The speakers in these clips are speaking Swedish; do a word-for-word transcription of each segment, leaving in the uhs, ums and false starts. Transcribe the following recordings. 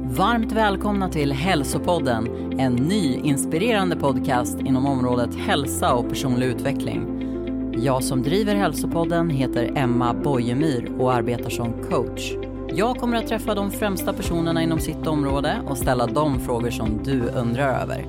Varmt välkomna till Hälsopodden, en ny inspirerande podcast inom området hälsa och personlig utveckling. Jag som driver Hälsopodden heter Emma Bojemyr och arbetar som coach. Jag kommer att träffa de främsta personerna inom sitt område och ställa de frågor som du undrar över.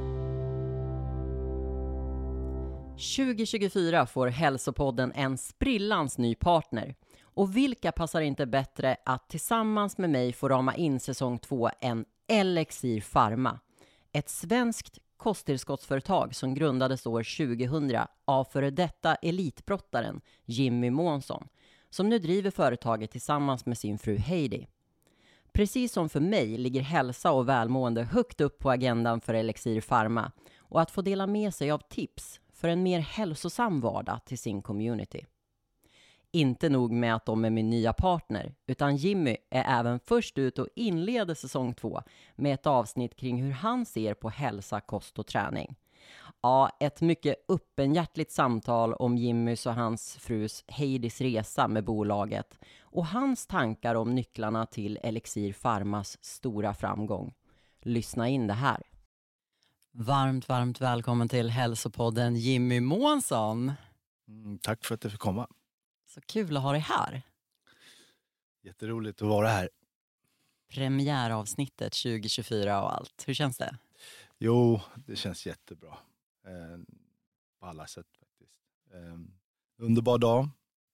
tjugo tjugofyra får Hälsopodden en sprillans ny partner. Och vilka passar inte bättre att tillsammans med mig få rama in säsong två än Elixir Pharma. Ett svenskt kosttillskottsföretag som grundades år tjugohundra av före detta elitbrottaren Jimmy Månsson, som nu driver företaget tillsammans med sin fru Heidi. Precis som för mig ligger hälsa och välmående högt upp på agendan för Elixir Pharma och att få dela med sig av tips för en mer hälsosam vardag till sin community. Inte nog med att de är min nya partner, utan Jimmy är även först ut och inleder säsong två med ett avsnitt kring hur han ser på hälsa, kost och träning. Ja, ett mycket öppenhjärtligt samtal om Jimmys och hans frus Heidis resa med bolaget och hans tankar om nycklarna till Elixir Pharmas stora framgång. Lyssna in det här. Varmt, varmt välkommen till Hälsopodden Jimmy Månsson. Mm, tack för att jag fick komma. Så kul att ha dig här. Jätteroligt att vara här. Premiäravsnittet tjugo tjugofyra och allt. Hur känns det? Jo, det känns jättebra. Eh, på alla sätt faktiskt. Eh, underbar dag.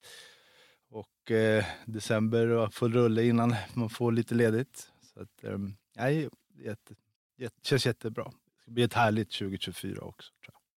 Och eh, december och full rulle innan man får lite ledigt. Så att, eh, nej, jätte, jätte, känns jättebra. Det ska bli ett härligt tjugo tjugofyra också, tror jag.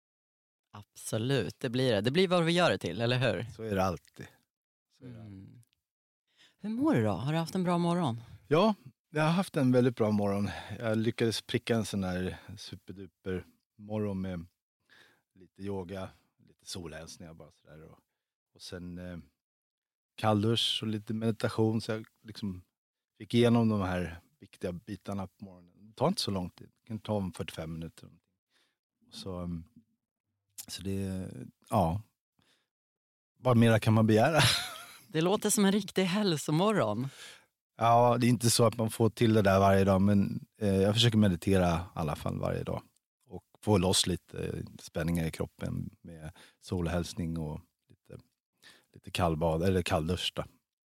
Absolut, det blir det. Det blir vad vi gör det till, eller hur? Så är det alltid. Så är det alltid. Mm. Hur mår du då? Har du haft en bra morgon? Ja, jag har haft en väldigt bra morgon. Jag lyckades pricka en sån där superduper morgon med lite yoga, lite solhälsningar bara sådär. Och, och sen eh, kalldusch och lite meditation. Så jag liksom fick igenom de här viktiga bitarna på morgonen. Det tar inte så lång tid. Det kan ta om fyrtiofem minuter. Så... Så det, ja, vad mera kan man begära? Det låter som en riktig hälsomorgon. Ja, det är inte så att man får till det där varje dag, men eh, jag försöker meditera i alla fall varje dag. Och få loss lite spänningar i kroppen med solhälsning och lite, lite kallbad, eller kalldusch då.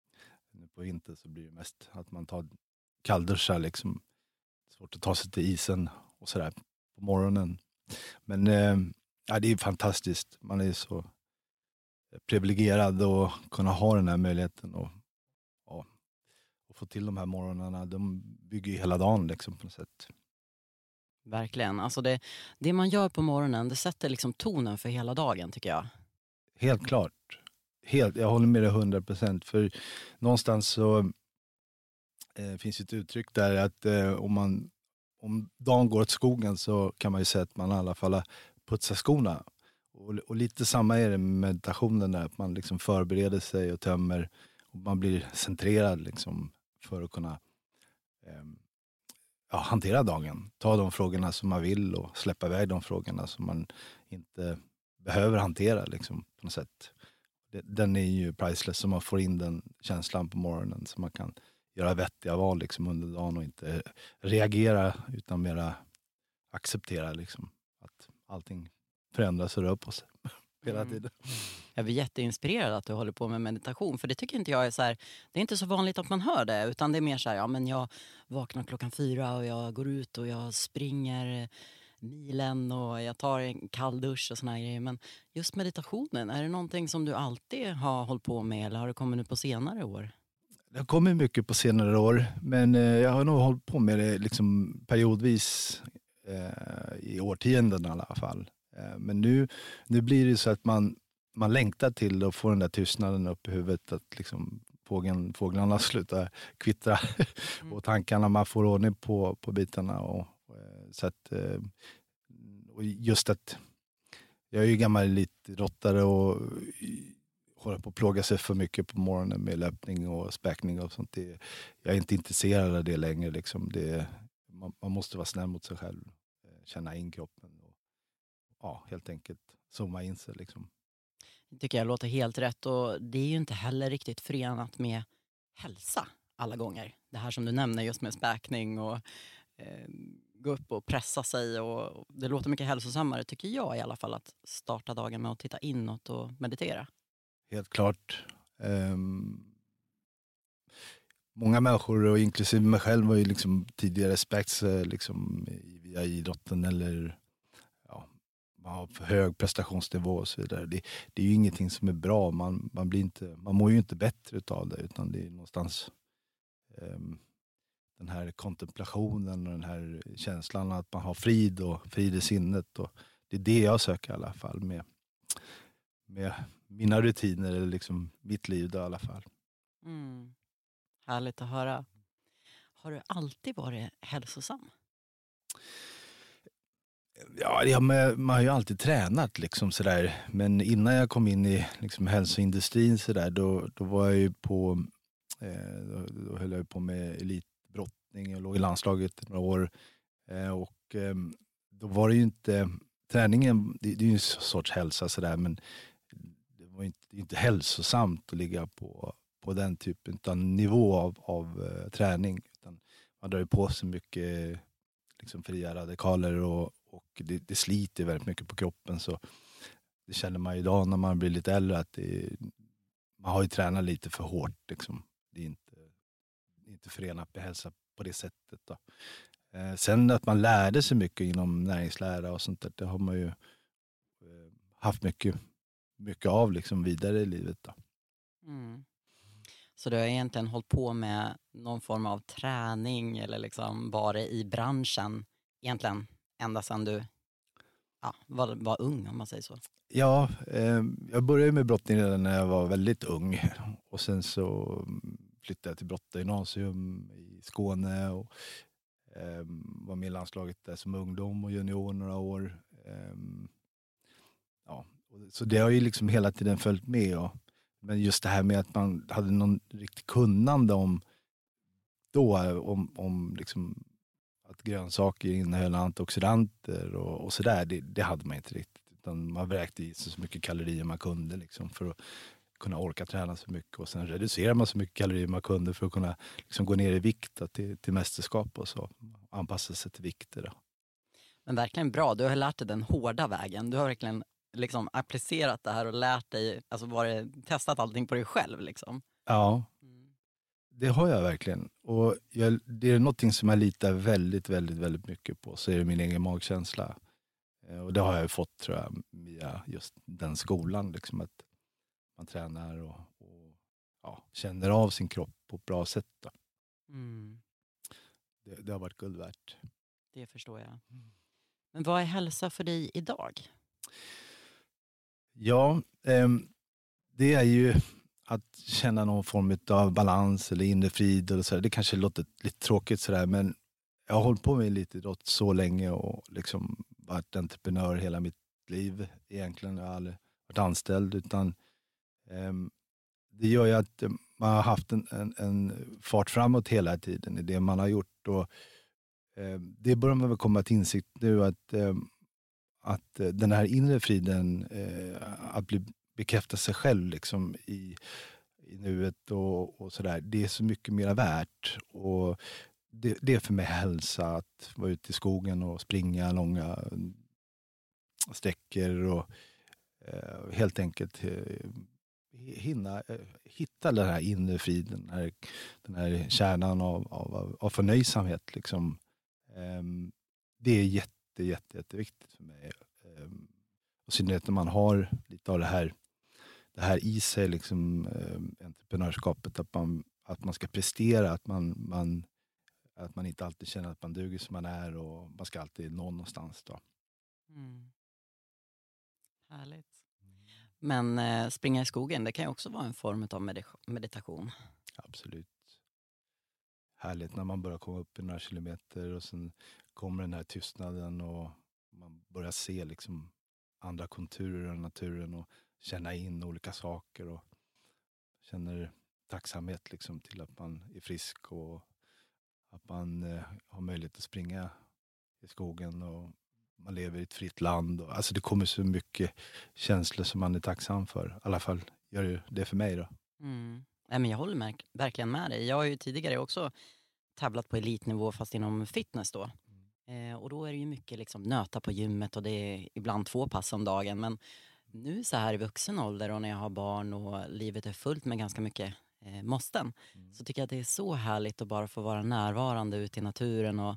På vintern så blir det mest att man tar kallduschar liksom. Svårt att ta sig till isen och sådär på morgonen. Men... Eh, Ja, det är fantastiskt. Man är så privilegierad att kunna ha den här möjligheten och, ja, och få till de här morgnarna. De bygger ju hela dagen liksom, på något sätt. Verkligen. Alltså det, det man gör på morgonen, det sätter liksom tonen för hela dagen, tycker jag. Helt klart. Helt, jag håller med dig hundra procent. För någonstans så eh, finns ett uttryck där att eh, om, man, om dagen går åt skogen så kan man ju säga att man i alla fall putsa skorna. Och, och lite samma är det med meditationen där. Att man liksom förbereder sig och tömmer. Och man blir centrerad liksom för att kunna eh, ja, hantera dagen. Ta de frågorna som man vill och släppa iväg de frågorna som man inte behöver hantera liksom, på något sätt. Det, den är ju priceless, så man får in den känslan på morgonen så man kan göra vettiga val liksom, under dagen och inte reagera utan mera acceptera liksom, att allting förändras och rör på sig hela tiden. Mm. Jag blir jätteinspirerad att du håller på med meditation. För det tycker inte jag är så här, det är inte så vanligt att man hör det. Utan det är mer så här, ja men jag vaknar klockan fyra och jag går ut och jag springer milen och jag tar en kall dusch och såna här grejer. Men just meditationen, är det någonting som du alltid har hållit på med eller har det kommit nu på senare år? Det har kommit mycket på senare år, men jag har nog hållit på med det liksom periodvis eh, i årtionden i alla fall. Eh, men nu, nu blir det så att man, man längtar till att få den där tystnaden upp i huvudet, att liksom fågeln, fåglarna slutar kvittra mm. och tankarna, man får ordning på, på bitarna. Och, och, så att, eh, och just att jag är ju gammal elitidrottare och håller på att plåga sig för mycket på morgonen med löpning och späkning och sånt. Det, jag är inte intresserad av det längre. Liksom. Det, man, man måste vara snäll mot sig själv. Känna in kroppen och ja, helt enkelt zooma in sig. Liksom. Det tycker jag låter helt rätt och det är ju inte heller riktigt förenat med hälsa. alla gånger. Det här som du nämner just med späkning och eh, gå upp och pressa sig. Och det låter mycket hälsosammare tycker jag i alla fall att starta dagen med att titta inåt och meditera. Helt klart. Um, många människor och inklusive mig själv var ju liksom tidigare spex liksom, via idrotten eller ja, man har för hög prestationsnivå och så vidare. Det, det är ju ingenting som är bra. Man, man, blir inte, man mår ju inte bättre utav det utan det är någonstans um, den här kontemplationen och den här känslan att man har frid och frid i sinnet. Och det är det jag söker i alla fall med, med mina rutiner eller liksom mitt liv då, i alla fall. Mm. Härligt att höra. Har du alltid varit hälsosam? Ja, jag, man har ju alltid tränat liksom sådär. Men innan jag kom in i liksom hälsoindustrin sådär, då, då var jag ju på, eh, då, då höll jag på med elitbrottning och låg i landslaget några år. Eh, och eh, då var det ju inte, träningen, det, det är ju en sorts hälsa sådär, men det var inte, det är inte hälsosamt att ligga på, på den typen av nivå av, av uh, träning. Utan man drar ju på sig mycket liksom, fria radikaler och, och det, det sliter väldigt mycket på kroppen. Så det känner man ju idag när man blir lite äldre att det, man har ju tränat lite för hårt. Liksom. Det är inte, det är inte förenat med hälsa på det sättet. Då. Eh, sen att man lärde sig mycket inom näringslära och sånt där, det har man ju eh, haft mycket mycket av liksom vidare i livet då. Mm. Så du har egentligen hållit på med någon form av träning eller liksom varit i branschen egentligen ända sedan du ja, var, var ung om man säger så? Ja, eh, jag började med brottning redan när jag var väldigt ung och sen så flyttade jag till Brottagymnasium i Skåne och eh, var med i landslaget där som ungdom och junior några år. Eh, ja. Så det har ju liksom hela tiden följt med. Och, men just det här med att man hade någon riktigt kunnande om då, om, om liksom att grönsaker innehöll antioxidanter och, och sådär, det, det hade man inte riktigt. Utan man vräkte i sig så mycket kalorier man kunde liksom för att kunna orka träna så mycket. Och sen reducerar man så mycket kalorier man kunde för att kunna liksom gå ner i vikt till, till mästerskap och så. Anpassa sig till vikter då. Men verkligen bra, du har lärt dig den hårda vägen. Du har verkligen liksom applicerat det här och lärt dig, alltså varit, testat allting på dig själv liksom. Ja, det har jag verkligen. Och jag, det är någonting som jag litar väldigt, väldigt, väldigt mycket på, så är det min egen magkänsla. Och det har jag fått tror jag via just den skolan, liksom att man tränar och, och ja, känner av sin kropp på ett bra sätt. Då. Mm. Det, det har varit guld värt. Det förstår jag. Men vad är hälsa för dig idag? Ja, eh, det är ju att känna någon form av balans eller inre frid. Eller så. Det kanske låter lite tråkigt sådär, men jag har hållit på med lite idrott så länge och liksom varit entreprenör hela mitt liv egentligen. Jag har aldrig varit anställd utan eh, det gör ju att man har haft en, en, en fart framåt hela tiden i det man har gjort. Och eh, det börjar man väl komma till insikt nu att eh, att den här inre friden, eh, att bli, bekräfta sig själv liksom i, i nuet och, och sådär, det är så mycket mer värt. Och det, det är för mig hälsa att vara ute i skogen och springa långa sträckor och eh, helt enkelt eh, hinna, eh, hitta den här inre friden, den här, den här kärnan av, av, av förnöjsamhet. Liksom. Eh, det är jätte Det är jätte, jätteviktigt för mig. Och synnerhet när man har lite av det här, det här i sig, liksom, eh, entreprenörskapet, att man, att man ska prestera, att man, man, att man inte alltid känner att man duger som man är och man ska alltid nå någonstans. Då. Mm. Härligt. Men eh, springa i skogen, det kan ju också vara en form av medita- meditation. Absolut. Härligt när man börjar komma upp i några kilometer och sen kommer den här tystnaden och man börjar se liksom andra konturer av naturen och känna in olika saker och känner tacksamhet liksom till att man är frisk och att man eh, har möjlighet att springa i skogen och man lever i ett fritt land. Och, alltså det kommer så mycket känslor som man är tacksam för. I alla fall gör det för mig då. Mm. Nej, men jag håller med, verkligen med dig. Jag har ju tidigare också tävlat på elitnivå fast inom fitness då. Eh, och då är det ju mycket liksom nöta på gymmet och det är ibland två pass om dagen. Men nu så här i vuxen ålder och när jag har barn och livet är fullt med ganska mycket eh, måsten. Mm. Så tycker jag att det är så härligt att bara få vara närvarande ute i naturen och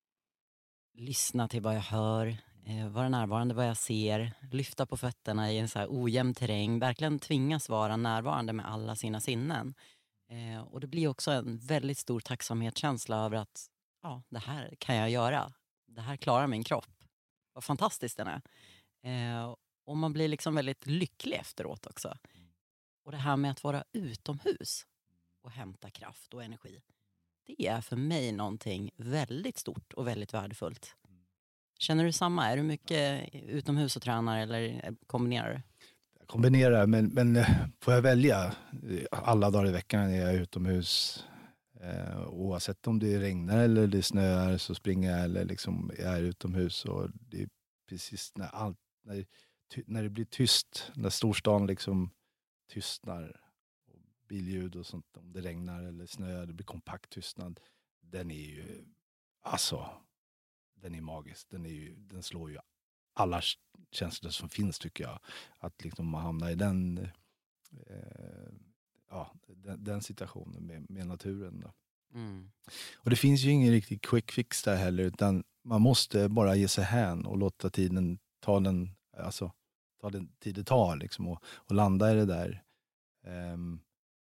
lyssna till vad jag hör. Eh, vara närvarande vad jag ser. Lyfta på fötterna i en så här ojämn terräng. Verkligen tvingas vara närvarande med alla sina sinnen. Eh, och det blir också en väldigt stor tacksamhetskänsla över att ja, det här kan jag göra. Det här klarar min kropp. Vad fantastiskt den är. Eh, och man blir liksom väldigt lycklig efteråt också. Och det här med att vara utomhus och hämta kraft och energi. Det är för mig någonting väldigt stort och väldigt värdefullt. Känner du samma? Är du mycket utomhus och tränar eller kombinerar du? Jag kombinerar, men, men får jag välja alla dagar i veckan är jag utomhus. Eh, oavsett om det regnar eller det snöar så springer jag eller liksom jag är utomhus. Och det är precis när, allt, när, när det blir tyst, när storstan liksom tystnar. Och billjud och sånt, om det regnar eller snöar, det blir kompakt tystnad. Den är ju, alltså, den är magisk. Den, är ju, den slår ju alla känslor som finns tycker jag. Att liksom man hamnar i den, eh, ja, den, den situationen med, med naturen. Då. Mm. Och det finns ju ingen riktig quick fix där heller, utan man måste bara ge sig hän och låta tiden ta den, alltså ta den tid det tar liksom och, och landa i det där. Um,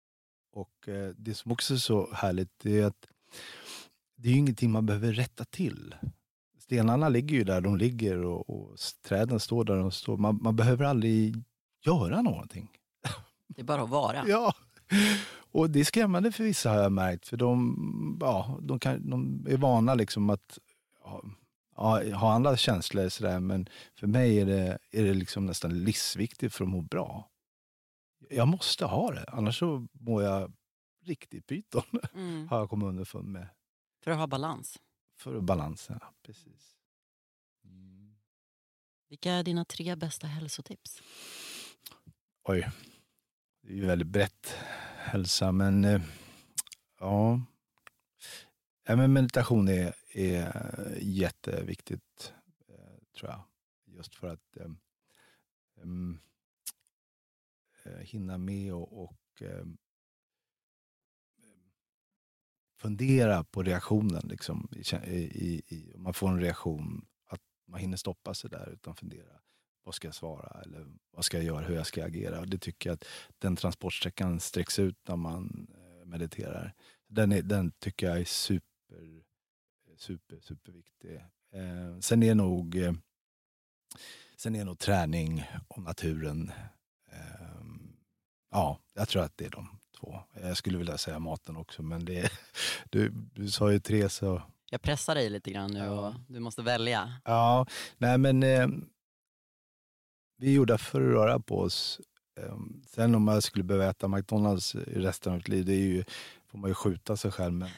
och uh, det som också är så härligt det är att det är ju ingenting man behöver rätta till. Stenarna ligger ju där de ligger och, och träden står där de står. Man, man behöver aldrig göra någonting. Det är bara att vara. Ja, och det är skrämmande för vissa har jag märkt. För de, ja, de, kan, de är vana liksom att ha, ha andra känslor sådär. Men för mig är det, är det liksom nästan livsviktigt för att må bra. Jag måste ha det, annars så mår jag riktigt pyton. Mm. Har jag kommit underfund med. För att ha balans. För att balansa, ja, precis. Mm. Vilka är dina tre bästa hälsotips? Oj, det är ju väldigt brett hälsa, men eh, ja. ja men meditation är, är jätteviktigt, eh, tror jag. Just för att eh, eh, hinna med och, och eh, fundera på reaktionen. Liksom, i, i, i, man får en reaktion, att man hinner stoppa sig där utan fundera. Vad ska jag svara eller vad ska jag göra, hur jag ska agera. Och det tycker jag att den transportsträckan sträcks ut när man mediterar. Den, är, den tycker jag är super, super, superviktig. Eh, sen är nog eh, sen är nog träning och naturen. Eh, ja, jag tror att det är de två. Jag skulle vilja säga maten också, men det är, du, du sa ju tre så... Jag pressar dig lite grann nu ja. Och du måste välja. Ja, nej men... Eh, vi är gjorda för att röra på oss. Sen om man skulle behöva äta McDonalds i resten av mitt liv, det är ju, får man ju skjuta sig själv. Men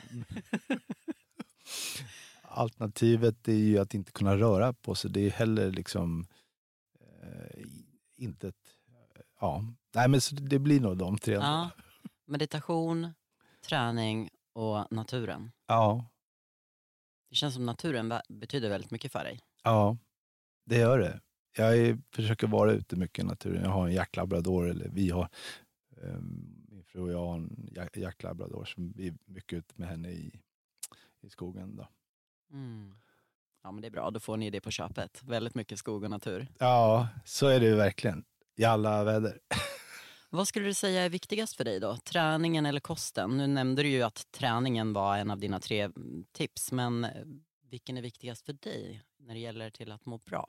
alternativet är ju att inte kunna röra på sig. Det är heller liksom eh, inte ett... Ja, nej men så det blir nog de tre. Ja, meditation, träning och naturen. Ja. Det känns som naturen betyder väldigt mycket för dig. Ja, det gör det. Jag är, försöker vara ute mycket i naturen. Jag har en jacklabrador, eller vi har, um, min fru och jag har en jacklabrador som vi är mycket ute med henne i, i skogen. Då. Mm. Ja, men det är bra, då får ni det på köpet. Väldigt mycket skog och natur. Ja, så är det ju verkligen. I alla väder. Vad skulle du säga är viktigast för dig då? Träningen eller kosten? Nu nämnde du ju att träningen var en av dina tre tips. Men vilken är viktigast för dig när det gäller till att må bra?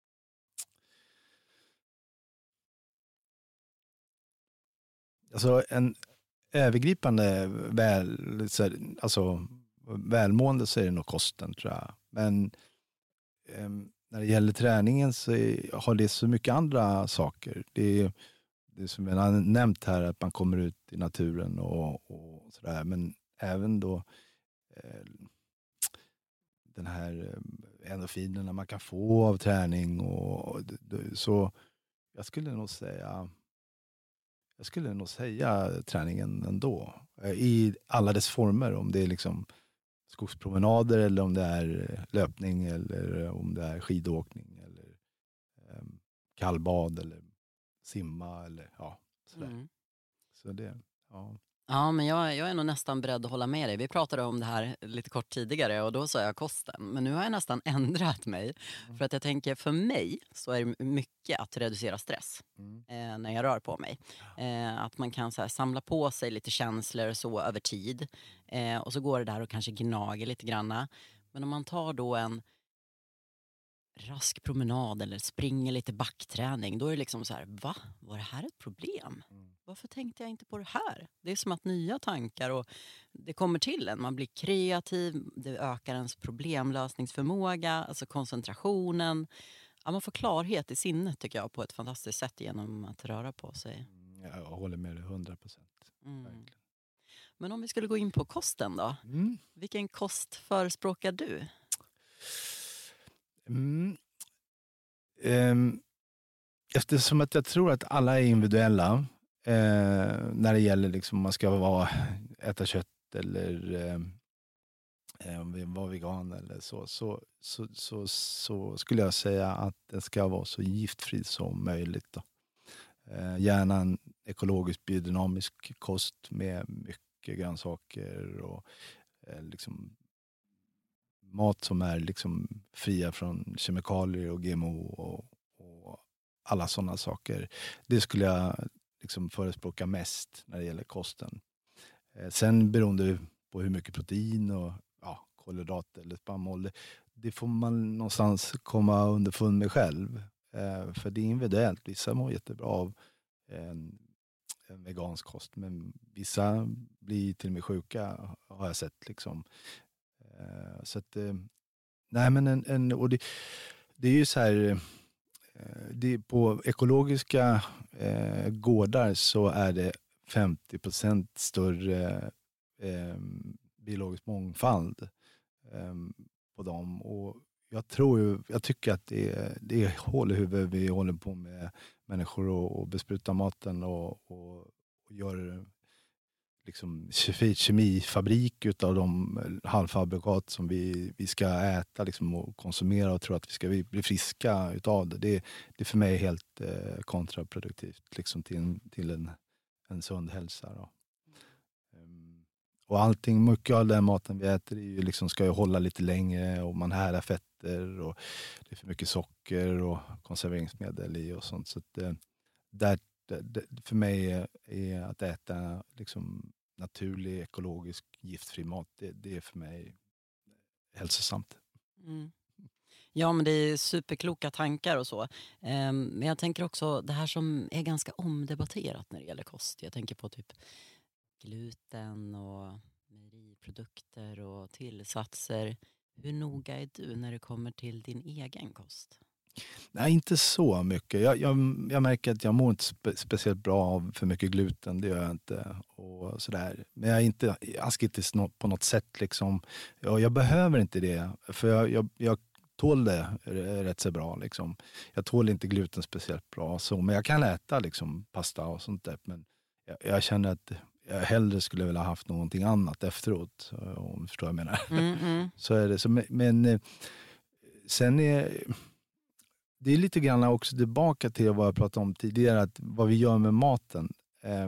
Alltså en övergripande väl, alltså, välmående så är det nog kosten tror jag. Men eh, när det gäller träningen så är, har det så mycket andra saker. Det är, det är som jag har nämnt här att man kommer ut i naturen och, och sådär. Men även då eh, den här endorfinerna man kan få av träning. Och, och, så jag skulle nog säga... jag skulle nog säga träningen ändå. I alla dess former. Om det är liksom skogspromenader eller om det är löpning eller om det är skidåkning eller um, kallbad eller simma eller ja, sådär. Mm. Så det, ja. Ja, men jag, jag är nog nästan beredd att hålla med dig. Vi pratade om det här lite kort tidigare och då sa jag kosten. Men nu har jag nästan ändrat mig. Mm. För att jag tänker, för mig så är det mycket att reducera stress mm. eh, när jag rör på mig. Eh, att man kan så här, samla på sig lite känslor och så över tid. Eh, och så går det där och kanske gnager lite granna. Men om man tar då en rask promenad eller springer lite backträning, då är det liksom så här, va? Var det här ett problem? Mm. Varför tänkte jag inte på det här? Det är som att nya tankar och det kommer till en. Man blir kreativ, det ökar ens problemlösningsförmåga, alltså koncentrationen. Ja, man får klarhet i sinnet tycker jag på ett fantastiskt sätt genom att röra på sig. Jag håller med dig hundra procent. Mm. Men om vi skulle gå in på kosten då? Mm. Vilken kost förespråkar du? Mm. Um, eftersom att jag tror att alla är individuella uh, när det gäller liksom man ska vara, äta kött eller uh, vara vegan eller så så, så så så skulle jag säga att det ska vara så giftfri som möjligt då. Uh, gärna en ekologisk biodynamisk kost med mycket grönsaker och uh, liksom mat som är liksom fria från kemikalier och G M O och, och alla sådana saker. Det skulle jag liksom förespråka mest när det gäller kosten. Eh, sen beroende på hur mycket protein och ja, kolhydrater eller spannmål, det, det får man någonstans komma underfund med själv. Eh, för det är individuellt. Vissa mår jättebra av en, en vegansk kost, men vissa blir till och med sjuka har jag sett liksom. Så att, nej men en, en och det, det är ju så här, det, på ekologiska eh, gårdar så är det femtio procent större eh, biologisk mångfald eh, på dem. Och jag tror ju, jag tycker att det är, det är hål i huvudet vi håller på med människor och, och besprutar maten och, och, och gör liksom kemifabrik utav de halvfabrikat som vi, vi ska äta liksom och konsumera och tro att vi ska bli friska utav det. Det, det för mig är helt eh, kontraproduktivt liksom till, en, till en, en sund hälsa. Då. Um, och allting, mycket av den maten vi äter är ju liksom, ska ju hålla lite längre och man härdar fetter och det är för mycket socker och konserveringsmedel i och sånt. Så att, eh, där Det, för mig är, är att äta liksom naturlig, ekologisk, giftfri mat. Det, det är för mig hälsosamt. Mm. Ja, men det är superkloka tankar och så. Um, men jag tänker också det här som är ganska omdebatterat när det gäller kost. Jag tänker på typ gluten och mejeriprodukter och tillsatser. Hur noga är du när det kommer till din egen kost? Nej, inte så mycket. Jag, jag, jag märker att jag mår inte spe, speciellt bra av för mycket gluten. Det gör jag inte. Och sådär. Men jag är inte askitisk på något sätt. Liksom. Jag, jag behöver inte det. För jag, jag, jag tål det rätt så bra. Liksom. Jag tål inte gluten speciellt bra. Så, men jag kan äta liksom, pasta och sånt där. Men jag, jag känner att jag hellre skulle vilja ha haft någonting annat efteråt. Om du förstår vad jag menar. Mm, mm. Så är det. Så, men, men sen är... Det är lite grann också tillbaka till vad jag pratade om tidigare, att vad vi gör med maten. Eh,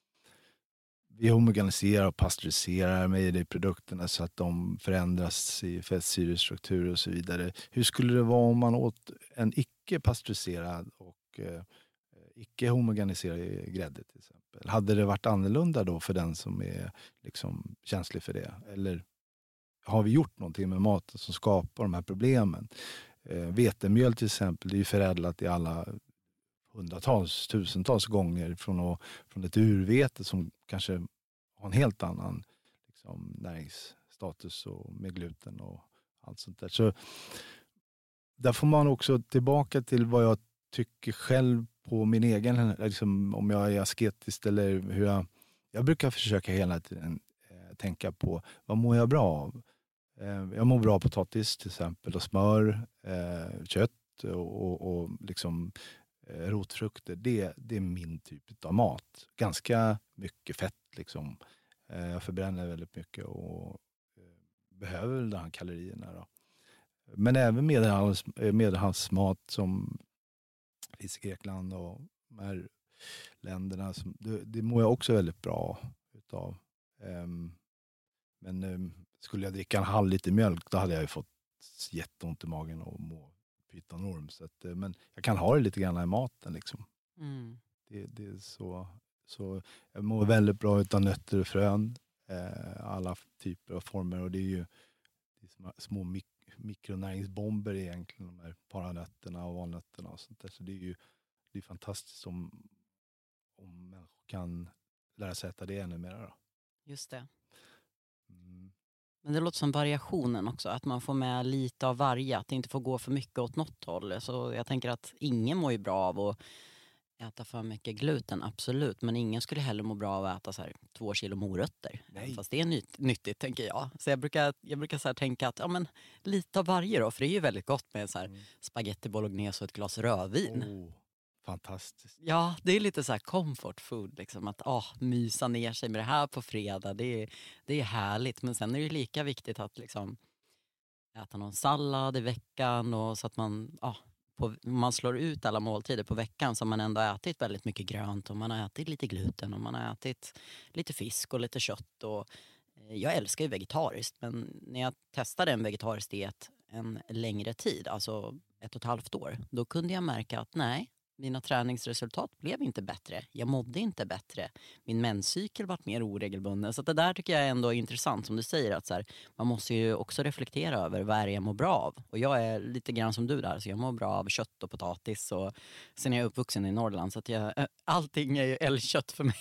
vi homogeniserar och pasteuriserar mejeriprodukterna så att de förändras i fettsyrestruktur och så vidare. Hur skulle det vara om man åt en icke pasteuriserad och eh, icke homogeniserad grädde till exempel? Hade det varit annorlunda då för den som är liksom känslig för det? Eller har vi gjort någonting med maten som skapar de här problemen? Eh, vetemjöl till exempel, det är ju förädlat i alla hundratals, tusentals gånger från, och, från ett urvete som kanske har en helt annan liksom, näringsstatus och med gluten och allt sånt där. Så där får man också tillbaka till vad jag tycker själv på min egen, liksom, om jag är asketisk eller hur jag, jag brukar försöka hela tiden eh, tänka på vad mår jag bra av. Jag mår bra av potatis till exempel och smör, eh, kött och, och, och liksom, eh, rotfrukter, det, det är min typ av mat. Ganska mycket fett liksom. Eh, jag förbränner väldigt mycket och eh, behöver väl de här kalorierna då. Men även medelhavs, medelhavsmat som finns i Grekland och de här länderna, som, det, det mår jag också väldigt bra utav. Um, men um, skulle jag dricka en halv liter mjölk, då hade jag ju fått jätteont i magen och må pytonorm. Så att, uh, men jag kan ha det lite grann i maten liksom. Mm. Det, det är så, så jag mår väldigt bra utav nötter och frön. Uh, alla typer av former, och det är ju det är små mik- mikronäringsbomber egentligen, de här paranötterna och valnötterna och sånt där. Så det är ju det är fantastiskt om, om människor kan lära sig äta det ännu mer då. Just det. Mm. Men det låter som variationen också, att man får med lite av varje, att det inte får gå för mycket åt något håll. Så jag tänker att ingen mår ju bra av att äta för mycket gluten, absolut. Men ingen skulle heller må bra av att äta så här två kilo morötter. Nej. Fast det är nyt- nyttigt, tänker jag. Så jag brukar, jag brukar så här tänka att ja, men, lite av varje då. För det är ju väldigt gott med så här mm. spaghetti bolognese och ett glas rödvin. Oh, fantastiskt. Ja, det är lite så här comfort food. Liksom, att ah, mysa ner sig med det här på fredag. Det är, det är härligt. Men sen är det lika viktigt att liksom, äta någon sallad i veckan. Och så att man... Ah, På, man slår ut alla måltider på veckan, så man ändå har ätit väldigt mycket grönt och man har ätit lite gluten och man har ätit lite fisk och lite kött. Och, eh, jag älskar ju vegetariskt, men när jag testade en vegetarisk diet en längre tid, alltså ett och ett halvt år, då kunde jag märka att nej, mina träningsresultat blev inte bättre. Jag mådde inte bättre. Min menscykel var mer oregelbunden. Så det där tycker jag är ändå intressant, som du säger, att så här, man måste ju också reflektera över vad är det jag mår bra av. Och jag är lite grann som du där, så jag mår bra av kött och potatis. Och sen är jag uppvuxen i Norrland, så att jag, allting är ju älgkött för mig.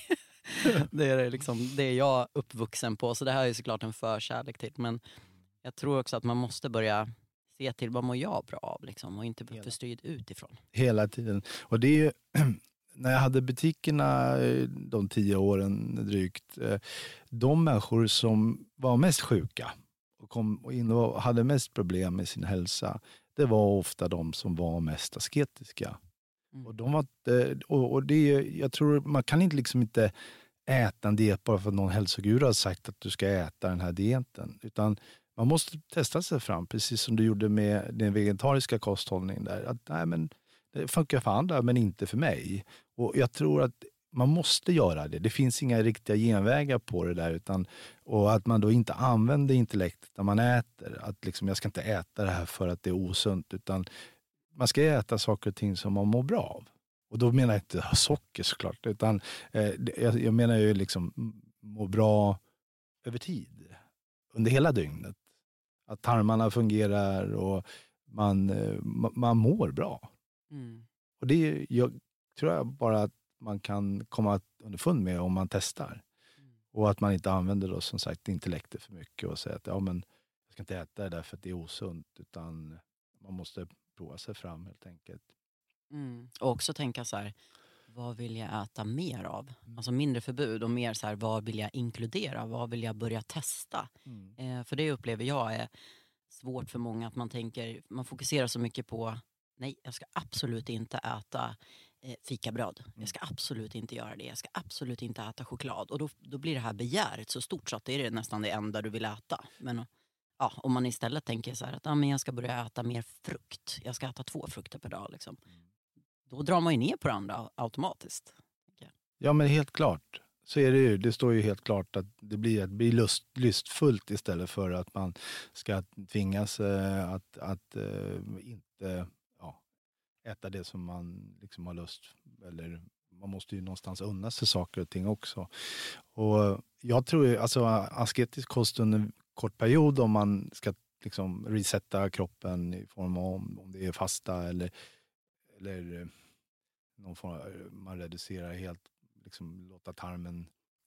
Det är liksom det är jag uppvuxen på, så det här är ju såklart en förkärlek till. Men jag tror också att man måste börja se till vad mår jag bra av liksom, och inte för strid utifrån. Hela tiden. Och det är ju, när jag hade butikerna de tio åren drygt, de människor som var mest sjuka och kom in och hade mest problem med sin hälsa, det var ofta de som var mest asketiska. Mm. Och de var, och, och det, jag tror man kan inte liksom inte äta en diet bara för att någon hälsoguru har sagt att du ska äta den här dieten, utan man måste testa sig fram, precis som du gjorde med den vegetariska kosthållningen där. Att nej, men det funkar för andra, men inte för mig. Och jag tror att man måste göra det. Det finns inga riktiga genvägar på det där. Utan, och att man då inte använder intellektet när man äter. Att liksom, jag ska inte äta det här för att det är osunt. Utan man ska äta saker och ting som man mår bra av. Och då menar jag inte socker såklart. Utan eh, jag, jag menar ju liksom må bra över tid. Under hela dygnet. Att tarmarna fungerar och man, man mår bra. Mm. Och det jag, tror jag bara att man kan komma underfund med om man testar. Mm. Och att man inte använder då som sagt intellektet för mycket och säger att ja, men jag ska inte äta det där för att det är osunt, utan man måste prova sig fram helt enkelt. Mm. Och också tänka så här, vad vill jag äta mer av? Alltså mindre förbud och mer så här, vad vill jag inkludera? Vad vill jag börja testa? Mm. Eh, för det upplever jag är svårt för många, att man tänker, man fokuserar så mycket på nej, jag ska absolut inte äta eh, fikabröd. Jag ska absolut inte göra det. Jag ska absolut inte äta choklad. Och då, då blir det här begäret så stort så att det är nästan det enda du vill äta. Men ja, om man istället tänker så här att ja, men jag ska börja äta mer frukt. Jag ska äta två frukter per dag liksom. Då drar man ju ner på det andra automatiskt. Ja, men helt klart. Så är det ju. Det står ju helt klart att det blir, att bli lust, lystfullt istället för att man ska tvingas äh, att, att äh, inte ja, äta det som man liksom har lust. Eller man måste ju någonstans unna sig saker och ting också. Och jag tror ju, alltså asketisk kost under kort period, om man ska liksom resetta kroppen i form av om det är fasta eller, eller någon form, man reducerar helt, liksom låta tarmen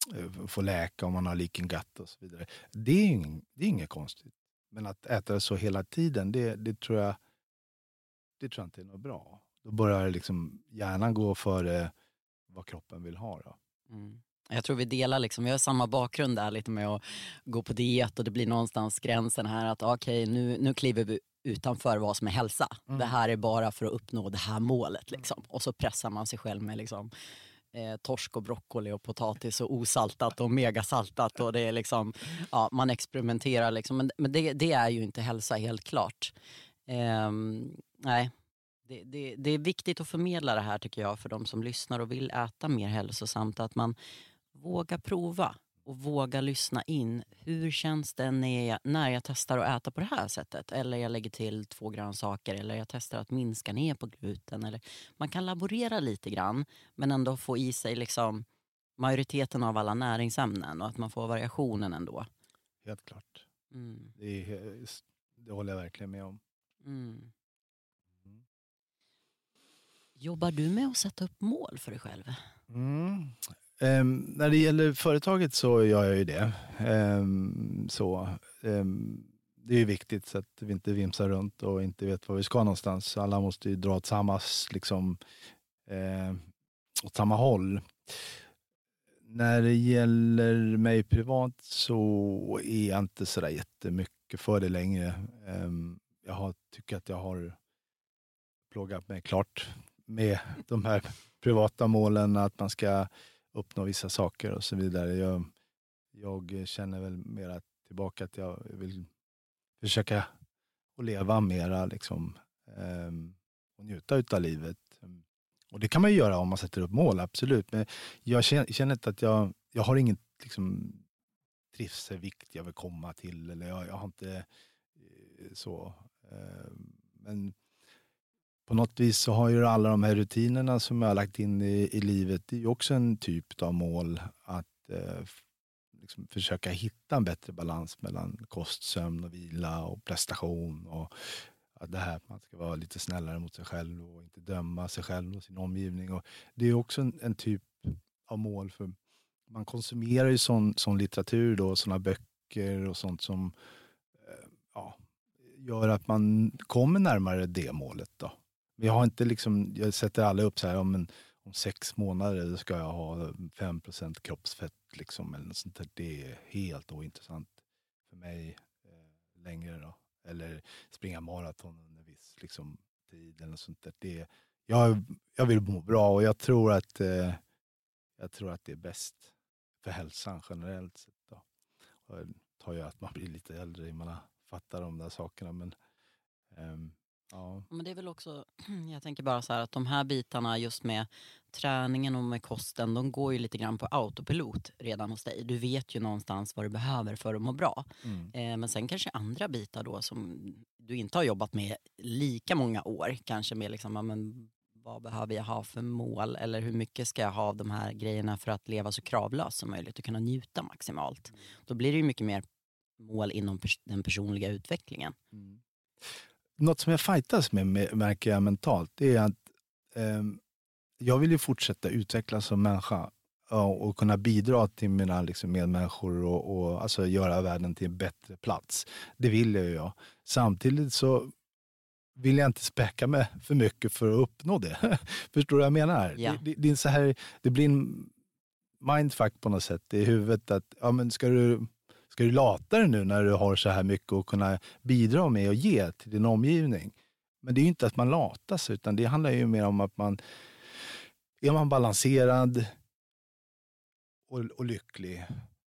få läka om man har leaking gut och så vidare. Det är, ing, det är inget konstigt. Men att äta det så hela tiden, det, det tror jag det tror jag inte är något bra. Då börjar liksom hjärnan gå före vad kroppen vill ha då. Mm. Jag tror vi delar liksom, vi har samma bakgrund där lite med att gå på diet och det blir någonstans gränsen här att okej, okay, nu, nu kliver vi utanför vad som är hälsa. Mm. Det här är bara för att uppnå det här målet liksom. Och så pressar man sig själv med liksom eh, torsk och broccoli och potatis och osaltat och megasaltat och det är liksom, ja, man experimenterar liksom. Men, men det, det är ju inte hälsa helt klart. Eh, nej. Det, det, det är viktigt att förmedla det här tycker jag för de som lyssnar och vill äta mer hälsosamt, att man vågar prova och våga lyssna in. Hur känns det när jag, när jag testar att äta på det här sättet? Eller jag lägger till två grönsaker eller jag testar att minska ner på gluten. Eller, man kan laborera lite grann men ändå få i sig liksom majoriteten av alla näringsämnen och att man får variationen ändå. Helt klart. Mm. Det, är, det håller jag verkligen med om. Mm. Jobbar du med att sätta upp mål för dig själv? Mm. Um, när det gäller företaget så gör jag ju det. Um, så, um, det är viktigt så att vi inte vimsar runt och inte vet var vi ska någonstans. Alla måste ju dra åt samma, liksom, eh, åt samma håll. När det gäller mig privat så är jag inte så där jättemycket för det längre. Um, jag har, tycker att jag har plågat mig klart med de här privata målen, att man ska uppnå vissa saker och så vidare. Jag, jag känner väl mera tillbaka att jag vill försöka att leva mera liksom, eh, och njuta utav livet. Och det kan man ju göra om man sätter upp mål, absolut. Men jag känner, känner inte att jag, jag har ingen liksom, trivselvikt jag vill komma till. Eller jag, jag har inte eh, så. Eh, men på något vis så har ju alla de här rutinerna som jag har lagt in i, i livet, det är ju också en typ av mål att eh, liksom försöka hitta en bättre balans mellan kost, sömn och vila och prestation och att det här, man ska vara lite snällare mot sig själv och inte döma sig själv och sin omgivning. Och det är också en, en typ av mål, för man konsumerar ju sån, sån litteratur då, såna böcker och sånt som eh, ja, gör att man kommer närmare det målet då. Men jag har inte liksom, jag sätter alla upp så här, om, en, om sex månader ska jag ha fem procent kroppsfett liksom, eller något sånt där. Det är helt ointressant för mig eh, längre då. Eller springa maraton under viss liksom, tid eller något sånt där. Det, jag, jag vill må bra och jag tror att eh, jag tror att det är bäst för hälsan generellt sett då. Och det tar ju att man blir lite äldre, man fattar de där sakerna, men ehm, ja. Men det är väl också, jag tänker bara så här att de här bitarna just med träningen och med kosten, de går ju lite grann på autopilot redan hos dig. Du vet ju någonstans vad du behöver för att må bra. Mm. Eh, men sen kanske andra bitar då som du inte har jobbat med lika många år, kanske med liksom, men vad behöver jag ha för mål eller hur mycket ska jag ha av de här grejerna för att leva så kravlöst som möjligt och kunna njuta maximalt. Mm. Då blir det ju mycket mer mål inom pers- den personliga utvecklingen. Mm. Något som jag fightas med, med märker jag mentalt, det är att eh, jag vill ju fortsätta utvecklas som människa och, och kunna bidra till mina liksom, medmänniskor och, och alltså, göra världen till en bättre plats. Det vill jag ju. Samtidigt så vill jag inte späcka mig för mycket för att uppnå det. Förstår du vad jag menar? Ja. Det, det, det, är så här, det blir en mindfuck på något sätt i huvudet att ja, men ska du Ska du lata dig nu när du har så här mycket att kunna bidra med och ge till din omgivning? Men det är ju inte att man latas, utan det handlar ju mer om att man är man balanserad och, och lycklig,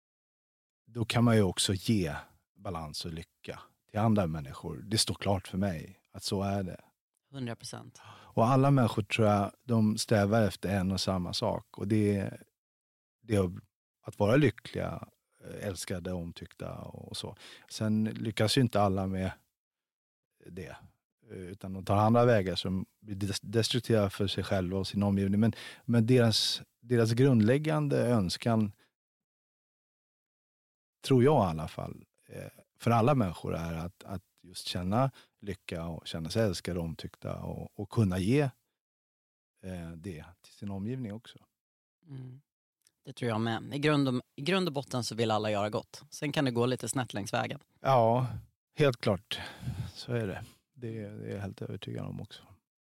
då kan man ju också ge balans och lycka till andra människor. Det står klart för mig att så är det. hundra procent. Och alla människor tror jag, de strävar efter en och samma sak. Och det, det är att vara lyckliga, älskade, omtyckta och så. Sen lyckas ju inte alla med det. Utan de tar andra vägar som blir destruktiva för sig själva och sin omgivning. Men, men deras, deras grundläggande önskan, tror jag i alla fall, för alla människor är att, att just känna lycka och känna sig älskade och omtyckta och, och kunna ge det till sin omgivning också. Mm. Det tror jag med. I grund, och, I grund och botten så vill alla göra gott. Sen kan det gå lite snett längs vägen. Ja, helt klart. Så är det. Det är, det är jag helt övertygad om också.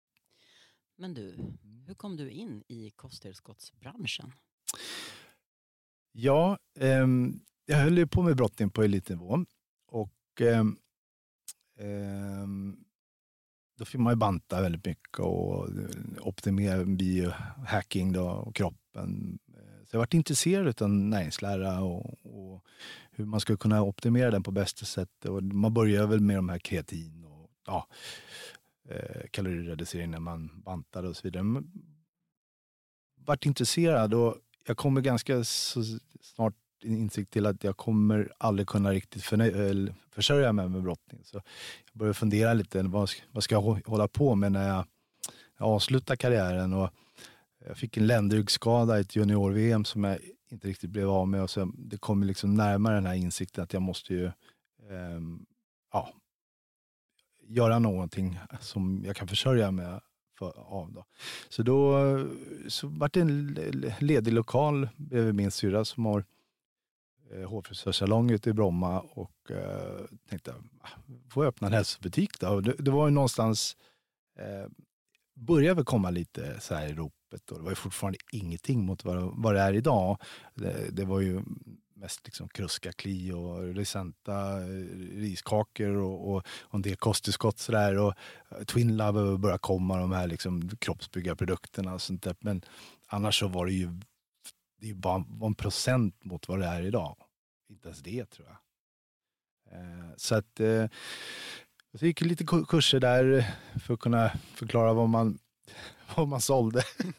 Men du, hur kom du in i kosttillskottsbranschen? Ja, ehm, jag höll ju på med brottning på elitnivå och ehm, ehm, då fick man ju banta väldigt mycket och optimera biohacking då, och kroppen. Så jag varit intresserad av näringslära och, och hur man ska kunna optimera den på bästa sätt. Och man börjar väl med de här kreatin och ja, eh, kalorireducering när man bantar och så vidare. Men varit intresserad och jag kommer ganska så snart insikt till att jag kommer aldrig kunna riktigt förnö- försörja mig med brottning. Så jag började fundera lite, vad, vad ska jag hålla på med när jag, jag avslutar karriären. Och jag fick en ländryggsskada i ett junior-V M som jag inte riktigt blev av med. Och så det kommer liksom närmare den här insikten att jag måste ju eh, ja, göra någonting som jag kan försörja mig för, av. Då. Så då så var det en ledig lokal bredvid min syrra som har eh, hårfrisörsalong ute i Bromma och eh, tänkte, får jag öppna en hälsobutik då? Och det, det var ju någonstans eh, började väl komma lite så här i ropet och det var ju fortfarande ingenting mot vad, vad det är idag. Det, det var ju mest liksom kruskakli och resenta riskakor och, och, och en del kosttillskott sådär och Twin Love började komma, de här liksom kroppsbyggarprodukterna och sånt där. Men annars så var det ju det är ju bara en procent mot vad det är idag. Inte ens det tror jag. Eh, så att eh, jag gick lite kurser där för att kunna förklara vad man, vad man sålde.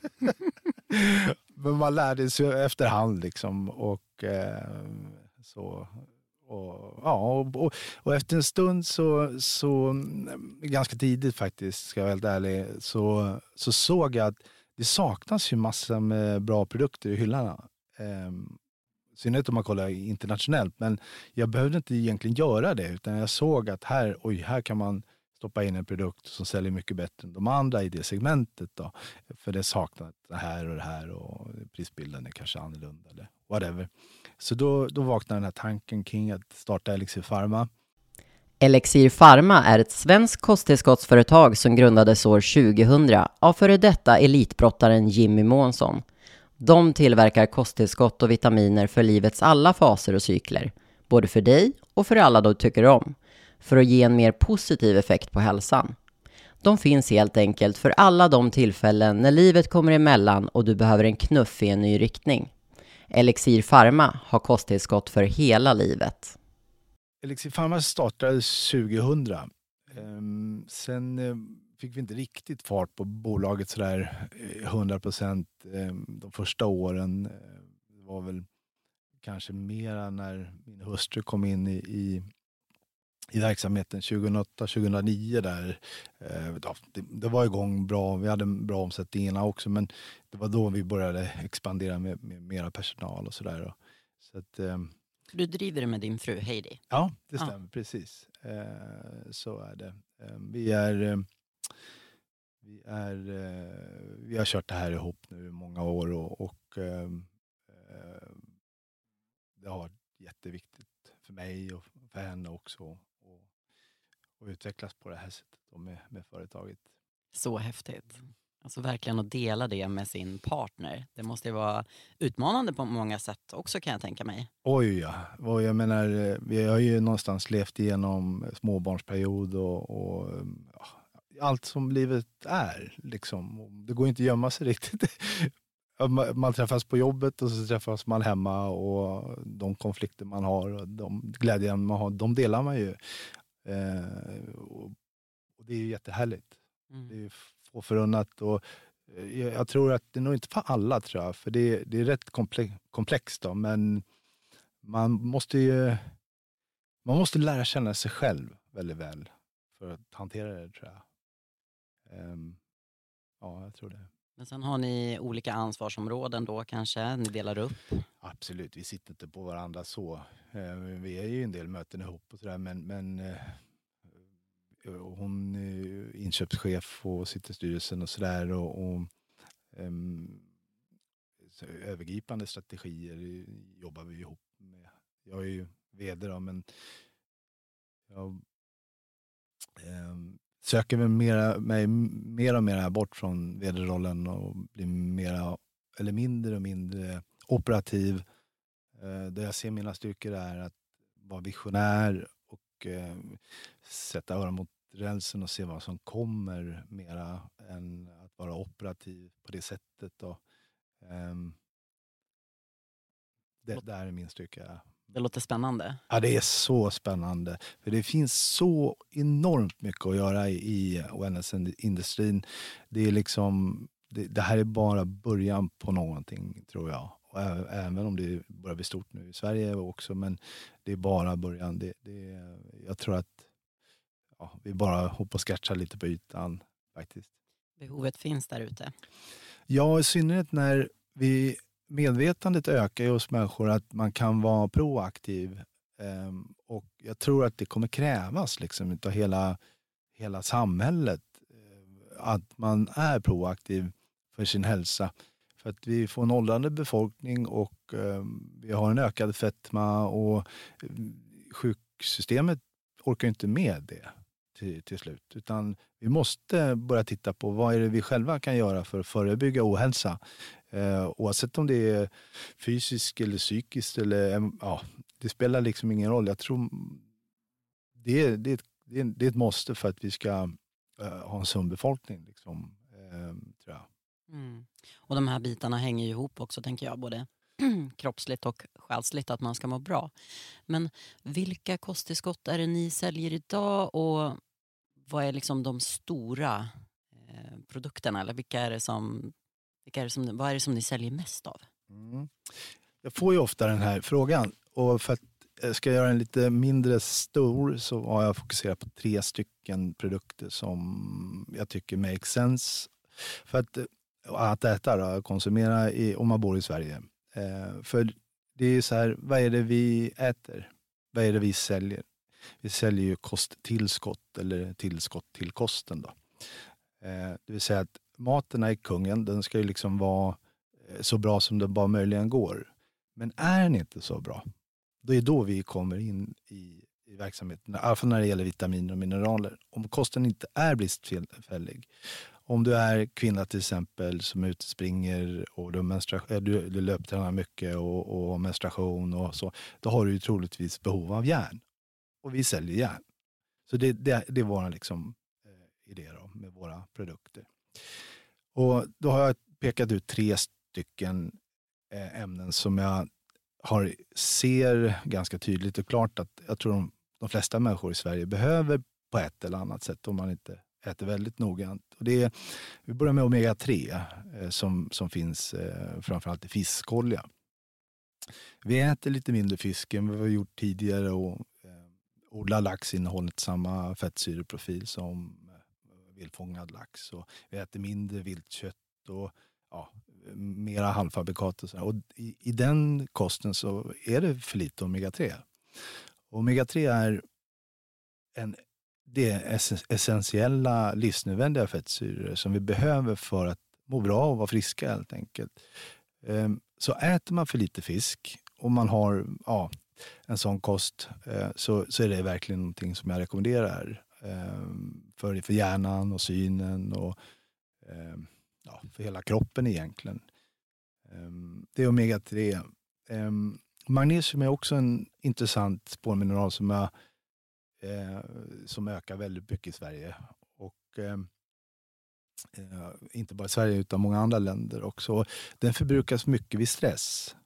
Men man lärde sig efterhand liksom och eh, så och, ja, och, och, och efter en stund så, så ganska tidigt faktiskt, ska jag vara helt ärlig, så, så såg jag att det saknas ju massor med bra produkter i hyllorna. Eh, synnerhet om man kollar internationellt, men jag behövde inte egentligen göra det utan jag såg att här, oj, här kan man stoppa in en produkt som säljer mycket bättre än de andra i det segmentet då. För det saknar det här och det här och prisbilden är kanske annorlunda eller whatever. Så då, då vaknade den här tanken kring att starta Elixir Pharma. Elixir Pharma är ett svenskt kosttillskottsföretag som grundades år tjugohundra av före detta elitbrottaren Jimmy Månsson. De tillverkar kosttillskott och vitaminer för livets alla faser och cykler, både för dig och för alla du tycker om, för att ge en mer positiv effekt på hälsan. De finns helt enkelt för alla de tillfällen när livet kommer emellan och du behöver en knuff i en ny riktning. Elixir Pharma har kosttillskott för hela livet. Elixir Pharma startade tjugohundra. Um, sen um, fick vi inte riktigt fart på bolaget sådär hundra procent um, de första åren. Det var väl kanske mera när min hustru kom in i, i, i verksamheten tjugohundraåtta tjugohundranio där. Uh, det, det var igång bra, vi hade en bra omsättning också, men det var då vi började expandera med, med mera personal och sådär. Så att um, Du driver det med din fru Heidi? Ja, det stämmer, ja. Precis. Eh, så är det. Eh, vi är, eh, vi är, eh, vi har kört det här ihop nu i många år och, och eh, det har varit jätteviktigt för mig och för henne också och, och utvecklas på det här sättet med, med företaget. Så häftigt. Alltså verkligen att dela det med sin partner. Det måste ju vara utmanande på många sätt också, kan jag tänka mig. Oj ja, och jag menar, vi har ju någonstans levt igenom småbarnsperiod och, och ja, allt som livet är liksom. Det går inte att gömma sig riktigt. Man träffas på jobbet och så träffas man hemma och de konflikter man har och de glädjen man har, de delar man ju. Eh, och, och det är ju jättehärligt. Mm. Det är ju få förunnat och jag, jag tror att det är nog inte för alla tror jag, för det, det är rätt komplex, komplext då, men man måste ju man måste lära känna sig själv väldigt väl för att hantera det tror jag. Um, ja, jag tror det. Men sen har ni olika ansvarsområden då kanske? Ni delar upp? Absolut, vi sitter inte på varandra så. Vi är ju en del möten ihop och sådär, men, men hon är inköpschef och sitter i styrelsen och sådär. Och, och um, så övergripande strategier jobbar vi ihop med. Jag är ju vd då, men jag um, söker mig mera, mig mer och mer bort från vd-rollen och blir mera eller mindre och mindre operativ Eh, där jag ser mina styrkor är att vara visionär och eh, sätta öron mot rälsen och se vad som kommer mera än att vara operativ på det sättet. Då. Um, det där är min styrka. Det låter spännande. Ja, det är så spännande. För det finns så enormt mycket att göra i, i wellnessindustrin. Det är liksom, det, det här är bara början på någonting, tror jag. Och även om det börjar bli stort nu i Sverige också, men det är bara början. Det, det, jag tror att ja, vi bara hoppar och skratchar lite på ytan faktiskt. Behovet finns där ute. Ja, i synnerhet när vi medvetandet ökar ju hos människor att man kan vara proaktiv. Um, och jag tror att det kommer krävas liksom utav hela, hela samhället. Uh, att man är proaktiv för sin hälsa. För att vi får en åldrande befolkning och um, vi har en ökad fetma och um, sjuksystemet orkar inte med det till, till slut. Utan vi måste börja titta på vad är det vi själva kan göra för att förebygga ohälsa. Eh, oavsett om det är fysiskt eller psykiskt eller ja, det spelar liksom ingen roll. Jag tror det är, det är, ett, det är, det är ett måste för att vi ska eh, ha en sund befolkning liksom, eh, tror jag. Mm. Och de här bitarna hänger ju ihop också, tänker jag, både kroppsligt och själsligt, att man ska må bra. Men vilka kosttillskott är det ni säljer idag och vad är liksom de stora eh, produkterna, eller vilka är det som, vilka är det som, vad är det som ni säljer mest av? Mm. Jag får ju ofta den här frågan, och för att jag ska göra den lite mindre stor så har jag fokuserat på tre stycken produkter som jag tycker makes sense för att, att äta då, konsumera i, om man bor i Sverige. Eh, för det är så här, vad är det vi äter? Vad är det vi säljer? Vi säljer ju kosttillskott eller tillskott till kosten då. Eh, det vill säga att maten är kungen, den ska ju liksom vara så bra som det bara möjligen går. Men är den inte så bra, då är då vi kommer in i, i verksamheten. I alla fall när det gäller vitaminer och mineraler. Om kosten inte är bristfällig. Om du är kvinna till exempel som är ute och springer och du, menstrua- du, du löptränar mycket och, och menstruation och så. Då har du ju troligtvis behov av järn. Och vi säljer järn. Så det, det, det är vår liksom, eh, idé då, med våra produkter. Och då har jag pekat ut tre stycken eh, ämnen som jag har, ser ganska tydligt och klart att jag tror de, de flesta människor i Sverige behöver på ett eller annat sätt om man inte äter väldigt noggrant. Och det är, vi börjar med omega tre eh, som, som finns eh, framförallt i fiskolja. Vi äter lite mindre fisk än vad vi har gjort tidigare och eh, odlar lax innehållet samma fettsyreprofil som eh, vildfångad lax. Och vi äter mindre viltkött och ja, mera halvfabrikat och så. Och i, i den kosten så är det för lite omega tre. Omega tre är en, det är essentiella livsnödvändiga fettsyror som vi behöver för att må bra och vara friska helt enkelt. Så äter man för lite fisk och man har ja, en sån kost så, så är det verkligen någonting som jag rekommenderar för, för hjärnan och synen och ja, för hela kroppen egentligen. Det är omega tre. Magnesium är också en intressant spårmineral som, jag, som ökar väldigt mycket i Sverige. Och inte bara i Sverige utan många andra länder också. Den förbrukas mycket vid stress.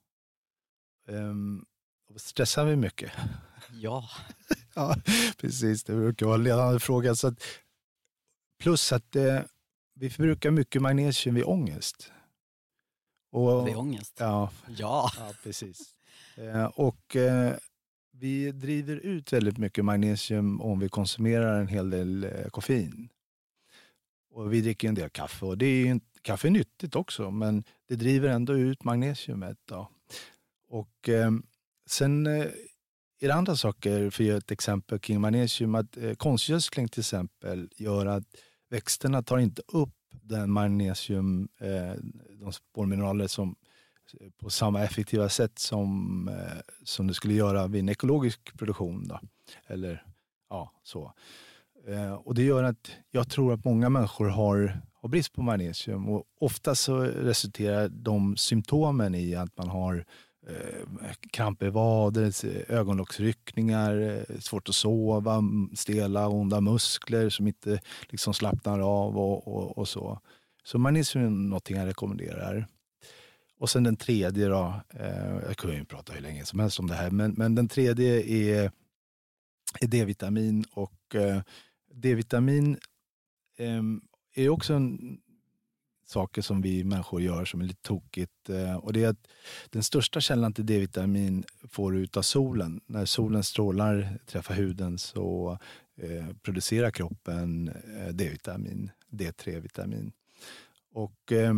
Stressar vi mycket? Ja. Ja, precis. Det brukar vara en ledande fråga. Så att, plus att eh, vi förbrukar mycket magnesium vid ångest. Och, vid ångest? Ja, ja. ja precis. Eh, och eh, vi driver ut väldigt mycket magnesium om vi konsumerar en hel del eh, koffein. Och vi dricker en del kaffe. Och det är ju, kaffe är nyttigt också, men det driver ändå ut magnesiumet. Då. Och eh, sen eh, är det andra saker, för att ge ett exempel kring magnesium, att eh, konstgödsling till exempel gör att växterna tar inte upp den magnesium, eh, de spårmineraler som på samma effektiva sätt som, eh, som det skulle göra vid en ekologisk produktion. Då. Eller ja, så. Eh, och det gör att jag tror att många människor har, har brist på magnesium och ofta så resulterar de symptomen i att man har eh, kramp i vader, ögonlocksryckningar, svårt att sova, stela, onda muskler som inte liksom slappnar av och, och, och så. Så magnesium är någonting jag rekommenderar. Och sen den tredje då, eh, jag kan ju prata hur länge som helst om det här, men, men den tredje är, är D-vitamin. Och eh, D-vitamin eh, är också en saker som vi människor gör som är lite tokigt. Eh, och det är att den största källan till D-vitamin får du ut av solen. När solen strålar, träffar huden, så eh, producerar kroppen eh, D-vitamin, D tre-vitamin. Och eh,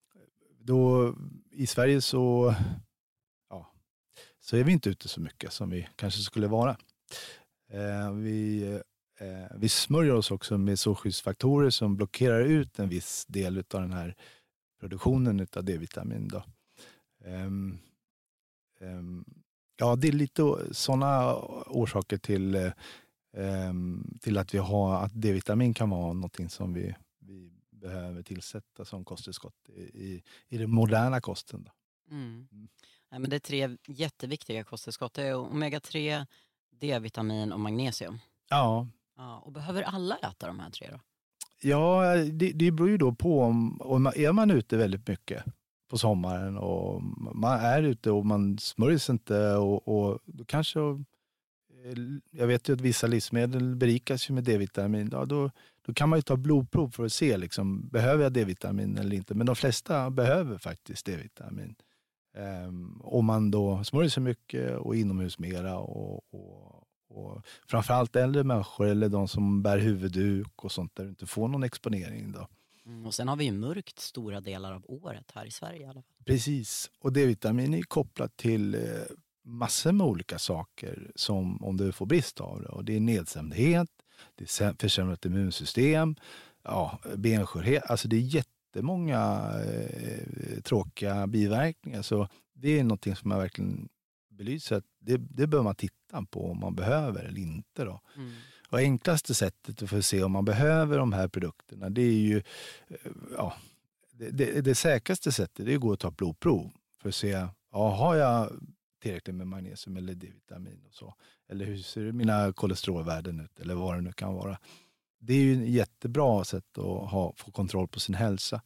då i Sverige så, ja, så är vi inte ute så mycket som vi kanske skulle vara. Eh, vi, eh, vi smörjer oss också med solskyddsfaktorer som blockerar ut en viss del av den här produktionen av D-vitamin. Då. Eh, eh, ja, det är lite sådana orsaker till, eh, till att vi har att D-vitamin kan vara någonting som vi, vi behöver tillsätta som kosttillskott i, i, i den moderna kosten. Då. Mm. Mm. Ja, men det är tre jätteviktiga kosttillskott. Det är omega tre, D-vitamin och magnesium. Ja. Ja. Och behöver alla äta de här tre då? Ja, det, det beror ju då på om, om är man ute väldigt mycket på sommaren och man är ute och man smörjer sig inte och, och då kanske, jag vet ju att vissa livsmedel berikas ju med D-vitamin. Ja, då, då kan man ju ta blodprov för att se liksom, behöver jag D-vitamin eller inte. Men de flesta behöver faktiskt D-vitamin. Um, om man då smörjer sig mycket och inomhus mera och, och, och framförallt äldre människor eller de som bär huvudduk och sånt där du inte får någon exponering då. Mm, och sen har vi ju mörkt stora delar av året här i Sverige i alla fall. Precis, och D-vitamin är kopplat till eh, massor med olika saker som om du får brist av det. Och det är nedstämdhet, det är försämrat immunsystem, ja, benskörhet, alltså det är jättemånga eh, tråkiga biverkningar. Så det är någonting som jag verkligen belyser att det, det bör man titta på om man behöver eller inte då. Mm. Och enklaste sättet att få se om man behöver de här produkterna, det är ju ja, det, det, det säkraste sättet det är att gå och ta blodprov för att se, ja, har jag tillräckligt med magnesium eller D-vitamin och så. Eller hur ser mina kolesterolvärden ut eller vad det nu kan vara. Det är ju ett jättebra sätt att ha, få kontroll på sin hälsa.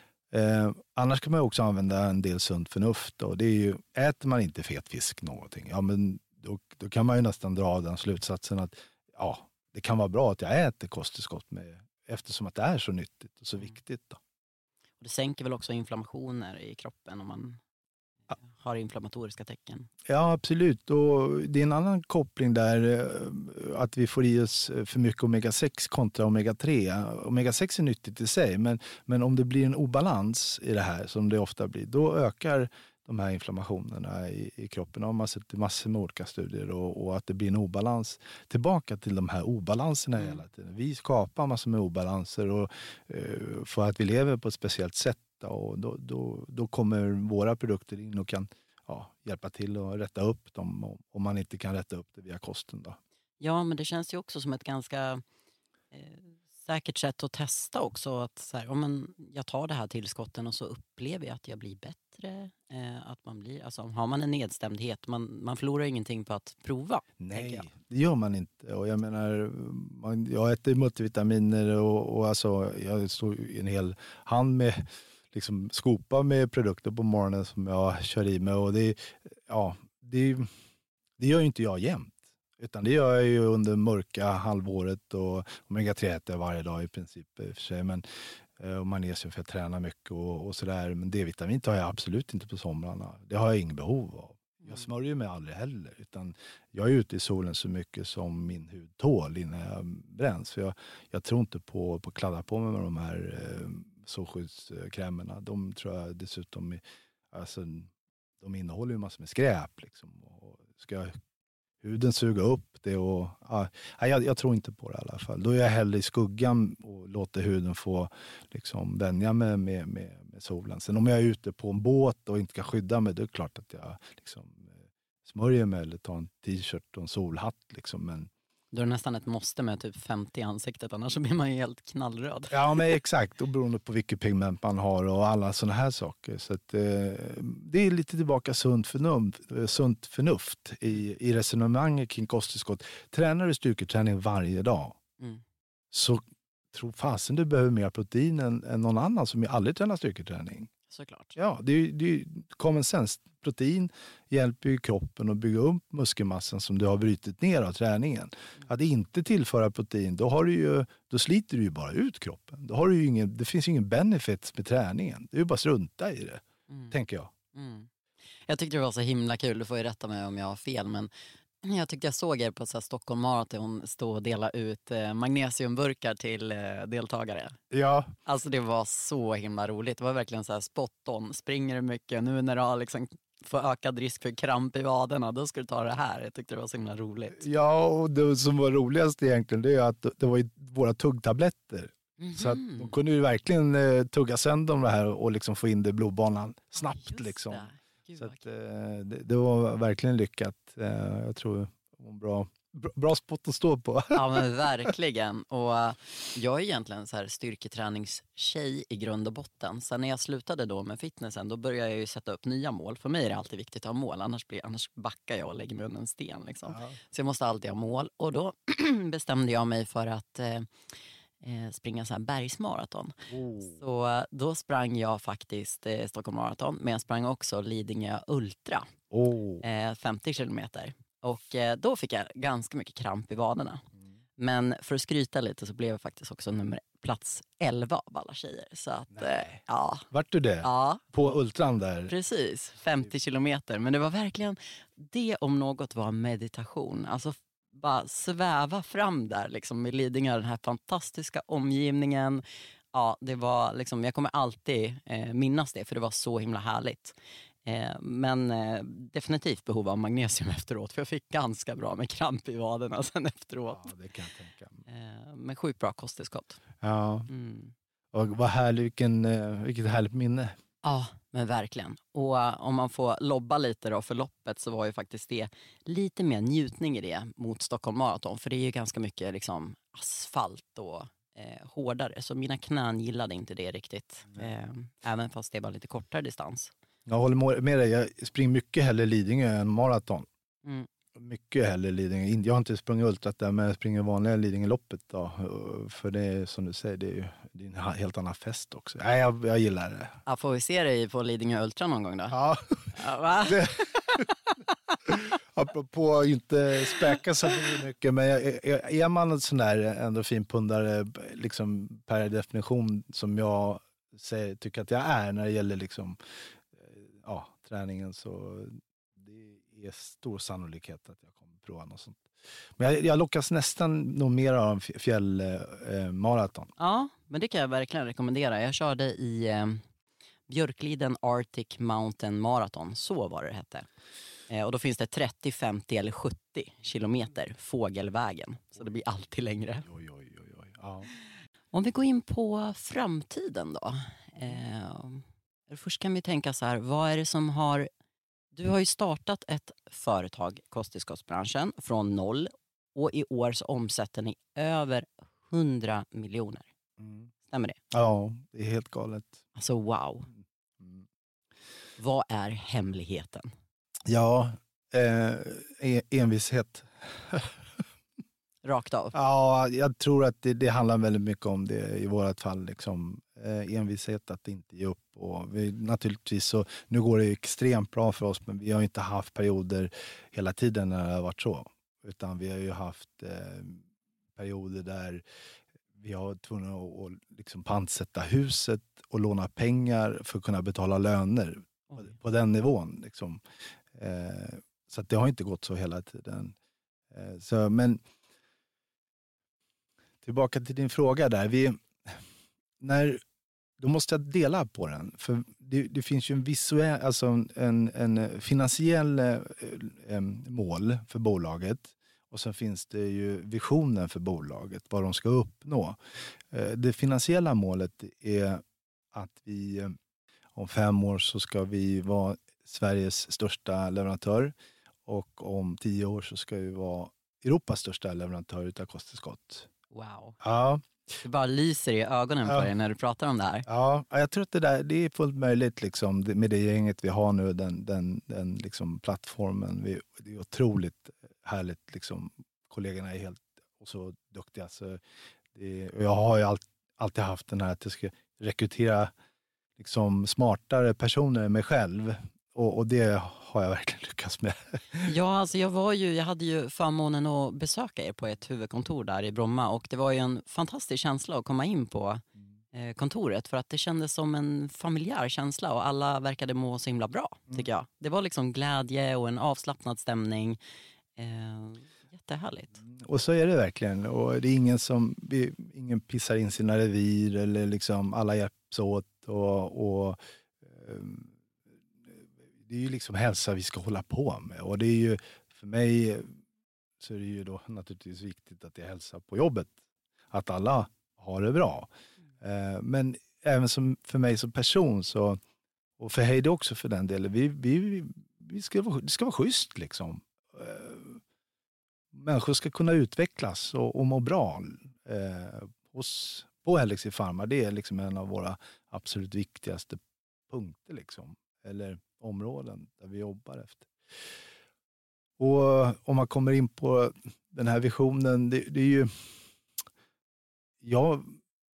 Eh, annars kan man också använda en del sunt förnuft. Och det är ju, äter man inte fet fisk någonting, ja, men då, då kan man ju nästan dra den slutsatsen att ja, det kan vara bra att jag äter kosttillskott med, eftersom att det är så nyttigt och så viktigt. Då. Och det sänker väl också inflammationer i kroppen om man ja. har inflammatoriska tecken? Ja, absolut. Och det är en annan koppling där att vi får i oss för mycket omega sex kontra omega tre. omega sex är nyttigt i sig, men, men om det blir en obalans i det här, som det ofta blir, då ökar de här inflammationerna i, i kroppen. Och man har sett massor med olika studier och, och att det blir en obalans. Tillbaka till de här obalanserna mm. hela tiden. Vi skapar massor med obalanser och, uh, för att vi lever på ett speciellt sätt. Och då, då, då kommer våra produkter in och kan ja, hjälpa till att rätta upp dem om man inte kan rätta upp det via kosten. Då. Ja, men det känns ju också som ett ganska eh, säkert sätt att testa också. Att så här, om man, jag tar det här tillskotten och så upplever jag att jag blir bättre. Eh, att man blir, alltså, har man en nedstämdhet, man, man förlorar ingenting på att prova. Nej, det gör man inte. Och jag menar, man, jag äter multivitaminer och, och alltså, jag står i en hel hand med liksom skopa med produkter på morgonen som jag kör i mig. Och det, ja, det, det gör ju inte jag jämt. Utan det gör jag ju under mörka halvåret och omega tre äter jag varje dag i princip för sig. Men, och magnesium för att träna mycket och, och sådär. Men D-vitamin tar jag absolut inte på somrarna. Det har jag ingen behov av. Jag smörjer mig aldrig heller. Utan jag är ute i solen så mycket som min hud tål innan jag bränns. För jag, jag tror inte på att kladda på mig med de här eh, solskyddskrämerna. De tror jag dessutom alltså, de innehåller ju massor med skräp. Liksom. Och ska huden suga upp det och ja, jag, jag tror inte på det i alla fall. Då är jag hellre i skuggan och låter huden få liksom vänja mig med, med, med solen. Sen om jag är ute på en båt och inte kan skydda mig, då är det klart att jag liksom smörjer mig eller tar en t-shirt och en solhatt liksom. Men Då är det nästan ett måste med typ femtio i ansiktet, annars så blir man ju helt knallröd. Ja, men exakt. Och beroende på vilket pigment man har och alla sådana här saker. Så att, eh, det är lite tillbaka sunt förnuft, sunt förnuft i, i resonemanget kring kosttillskott. Tränar du styrketräning varje dag Mm. så tror fasen du behöver mer protein än, än någon annan som aldrig tränar styrketräning. Såklart. Ja, det är, det är common sense. Protein hjälper ju kroppen att bygga upp muskelmassan som du har brutit ner av träningen. Att inte tillföra protein, då, har du ju, då sliter du ju bara ut kroppen. Då har du ju ingen, det finns ju ingen benefits med träningen. Det är ju bara strunta i det, Mm. tänker jag. Mm. Jag tyckte det var så himla kul, du får ju rätta mig om jag har fel, men jag tyckte jag såg er på så här Stockholm Marathon stå och dela ut eh, magnesiumburkar till eh, deltagare. Ja. Alltså det var så himla roligt. Det var verkligen så här spot on. Springer du mycket nu när du har liksom får ökad risk för kramp i vaderna, då ska du ta det här. Jag tyckte det var så himla roligt. Ja, och det som var roligast egentligen, det är att det var ju våra tuggtabletter. Mm-hmm. Så att de kunde ju verkligen eh, tugga sönder det här och liksom få in det i blodbanan snabbt. Just liksom. det. Gud, Så vad att, eh, det, det var verkligen lyckat. Eh, jag tror det var en bra, bra, bra spot att stå på. Ja men verkligen. Och uh, jag är egentligen så här styrketräningstjej i grund och botten. Sen när jag slutade då med fitnessen, då började jag ju sätta upp nya mål. För mig är det alltid viktigt att ha mål, annars, blir, annars backar jag och lägger mig under en sten. Liksom. Ja. Så jag måste alltid ha mål. Och då bestämde jag mig för att eh, eh, springa så här bergsmaraton. Oh. Så uh, då sprang jag faktiskt eh, Stockholm Marathon, men jag sprang också Lidingö Ultra. Oh. Eh, femtio kilometer. Och eh, då fick jag ganska mycket kramp i vaderna. Men för att skryta lite så blev jag faktiskt också nummer plats elva av alla tjejer. Så att, eh, ja. Vart du det? Ja, På ultran där? precis. femtio kilometer. Men det var verkligen, det om något var meditation. Alltså bara sväva fram där liksom med Lidingö, den här fantastiska omgivningen. Ja, det var liksom, jag kommer alltid eh, minnas det, för det var så himla härligt. Eh, men eh, definitivt behov av magnesium efteråt, för jag fick ganska bra med kramp i vaderna sen efteråt. Ja, det kan jag tänka. Eh, men sjukt bra kosttillskott. Ja, Mm. och vad härligt, vilken, eh, vilket härligt minne. Ja, men verkligen. Och uh, om man får lobba lite då för loppet, så var ju faktiskt det lite mer njutning i det mot Stockholm Marathon. För det är ju ganska mycket liksom asfalt och eh, hårdare. Så mina knän gillade inte det riktigt. Eh, även fast det var lite kortare distans. Jag håller med dig, jag springer mycket hellre Lidingö än maraton. Mm. Mycket hellre Lidingö. Jag har inte sprungit ultrat där, men jag springer vanliga Lidingö-loppet då. För det är som du säger, det är ju det är en helt annan fest också. Nej, jag, jag gillar det. Ja, får vi se dig på Lidingö Ultra någon gång då? Ja. Ja, va? Det, apropå att inte späka så mycket, men jag, jag, är man en sån där endorfinpundare liksom per definition, som jag säger, tycker att jag är när det gäller liksom, ja, träningen, så det är stor sannolikhet att jag kommer prova något sånt. Men jag, jag lockas nästan nog mer av fjällmaraton. Eh, Ja, men det kan jag verkligen rekommendera. Jag körde i eh, Björkliden Arctic Mountain Marathon, så var det hette. Eh, och då finns det trettio, femtio eller sjuttio kilometer fågelvägen. Så det blir alltid längre. Oj, oj, oj, oj. Ja. Om vi går in på framtiden då. Eh, först kan vi tänka så här, vad är det som har... Du har ju startat ett företag, kosttillskottsbranschen, från noll. Och i år så omsätter ni över hundra miljoner. Mm. Stämmer det? Ja, det är helt galet. Alltså wow. Mm. Vad är hemligheten? Ja, eh, envishet. Rakt av. Ja, jag tror att det, det handlar väldigt mycket om det i vårat fall. Liksom. Eh, envishet, att inte ge upp. Och vi, naturligtvis så, nu går det extremt bra för oss, men vi har inte haft perioder hela tiden när det har varit så. Utan vi har ju haft eh, perioder där vi har tvungna att, att liksom pantsätta huset och låna pengar för att kunna betala löner på, på den nivån. Liksom. Eh, så att det har inte gått så hela tiden. Eh, så, men tillbaka till din fråga där. Vi, när, då måste jag dela på den. För det, det finns ju en visuell, alltså en, en finansiell eh, eh, mål för bolaget. Och sen finns det ju visionen för bolaget, vad de ska uppnå. Eh, det finansiella målet är att vi eh, om fem år så ska vi vara Sveriges största leverantör. Och om tio år så ska vi vara Europas största leverantör utav kosttillskott. Wow. Ja. Det bara lyser i ögonen på Ja. dig när du pratar om det här. Ja, jag tror att det där det är fullt möjligt liksom, med det gänget vi har nu, den, den, den liksom plattformen. Vi, det är otroligt härligt. Liksom. Kollegorna är helt och så duktiga. Så det, och jag har ju all, alltid haft den här att jag ska rekrytera liksom, smartare personer än mig själv. Och, och det har jag verkligen lyckats med. Ja, alltså jag, var ju, jag hade ju förmånen att besöka er på ett huvudkontor där i Bromma. Och det var ju en fantastisk känsla att komma in på eh, kontoret. För att det kändes som en familjär känsla och alla verkade må så himla bra, tycker jag. Det var liksom glädje och en avslappnad stämning. Eh, jättehärligt. Och så är det verkligen. Och det är ingen som vi, ingen pissar in sina revir eller liksom alla hjälps åt. Och, och um, det är ju liksom hälsa vi ska hålla på med. Och det är ju, för mig så är det ju då naturligtvis viktigt att det är hälsa på jobbet. Att alla har det bra. Mm. Uh, men även som, för mig som person så, och för Heidi också för den delen, vi, vi, vi ska vara, det ska vara schysst liksom. Uh, människor ska kunna utvecklas och, och må bra uh, hos, på Helix Pharma. Det är liksom en av våra absolut viktigaste punkter liksom. Eller områden där vi jobbar efter. Och om man kommer in på den här visionen, det, det är ju, jag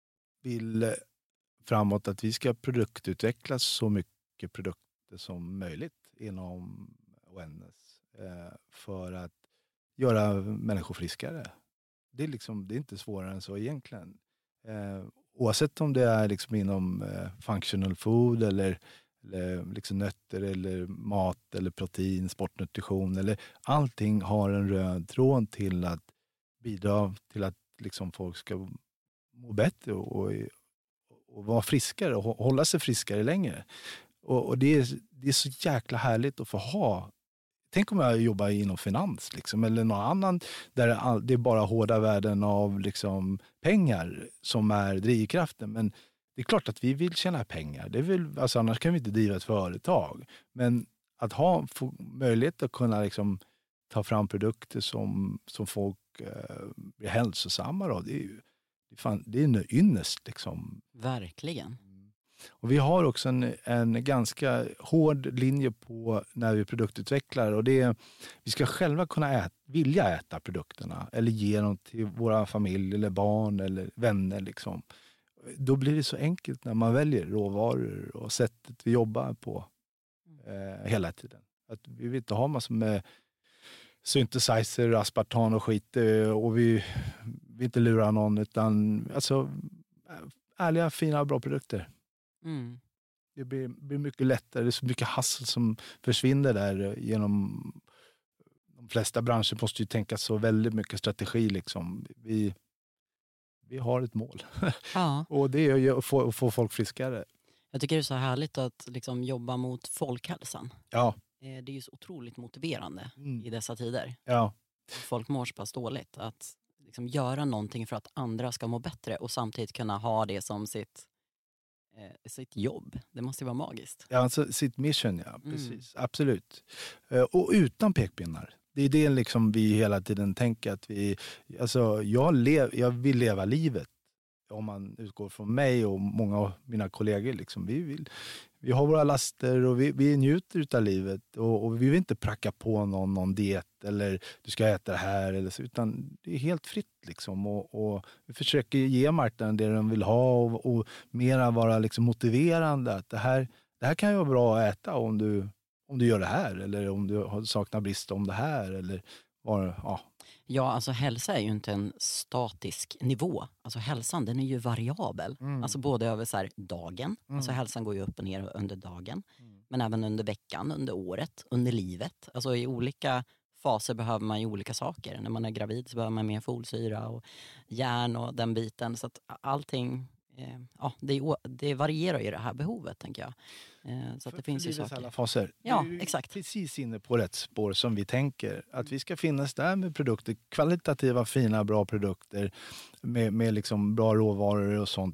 vill framåt att vi ska produktutveckla så mycket produkter som möjligt inom wellness eh, för att göra människor friskare. Det är liksom, det är inte svårare än så egentligen. Eh, oavsett om det är liksom inom eh, functional food eller eller liksom nötter eller mat eller protein, sportnutrition eller allting har en röd tråd till att bidra till att liksom folk ska må bättre och, och, och vara friskare och hålla sig friskare längre. Och, och det, är, det är så jäkla härligt att få ha. Tänk om jag jobbar inom finans liksom, eller någon annan där det är bara hårda värden av liksom, pengar som är drivkraften. Men det är klart att vi vill tjäna pengar. Det vill, alltså annars kan vi inte driva ett företag. Men att ha få möjlighet att kunna liksom, ta fram produkter som, som folk eh, blir hälsosamma då, det är ju det är, fan, det är en ynnest liksom. Verkligen. Och vi har också en, en ganska hård linje på när vi produktutvecklar. Och det är, vi ska själva kunna äta, vilja äta produkterna. Eller ge dem till våra familj eller barn eller vänner liksom. Då blir det så enkelt när man väljer råvaror och sättet vi jobbar på eh, hela tiden. Att vi vill inte ha massor med synthesizer, aspartan och skit och vi vill inte lura någon utan alltså ärliga, fina, bra produkter. Mm. Det blir, blir mycket lättare. Det är så mycket hassel som försvinner där genom de flesta branscher måste ju tänka så väldigt mycket strategi liksom. Vi Vi har ett mål. Ja. Och det är att få, få folk friskare. Jag tycker det är så härligt att liksom jobba mot folkhälsan. Ja. Det är ju så otroligt motiverande Mm. i dessa tider. Ja. Folk mår så pass dåligt. Att liksom göra någonting för att andra ska må bättre och samtidigt kunna ha det som sitt, eh, sitt jobb. Det måste ju vara magiskt. Ja, alltså sitt mission, ja. Mm. Precis. Absolut. Eh, Och utan pekpinnar. Det är det liksom vi hela tiden tänker att vi, alltså jag, lev, jag vill leva livet. Om man utgår från mig och många av mina kollegor liksom, vi vill, vi har våra laster och vi, vi njuter utav livet och, och vi vill inte pracka på någon, någon diet eller du ska äta det här eller så, utan det är helt fritt liksom och, och vi försöker ge marknaden det de vill ha och, och mera vara liksom motiverande att det här, det här kan ju vara bra att äta om du om du gör det här eller om du saknar brist om det här eller var, ja. Ja, alltså hälsa är ju inte en statisk nivå. Alltså hälsan, den är ju variabel. Mm. Alltså både över så här dagen, Mm. alltså hälsan går ju upp och ner under dagen. Mm. Men även under veckan, under året, under livet. Alltså i olika faser behöver man ju olika saker. När man är gravid så behöver man mer folsyra och järn och den biten. Så att allting, eh, ja, det, det varierar ju det här behovet, tänker jag. Eh, så att det för, finns för ju saker. alla faser. Ja, vi är exakt. precis inne på rätt spår som vi tänker. Att vi ska finnas där med produkter, kvalitativa, fina, bra produkter med, med liksom bra råvaror och sånt.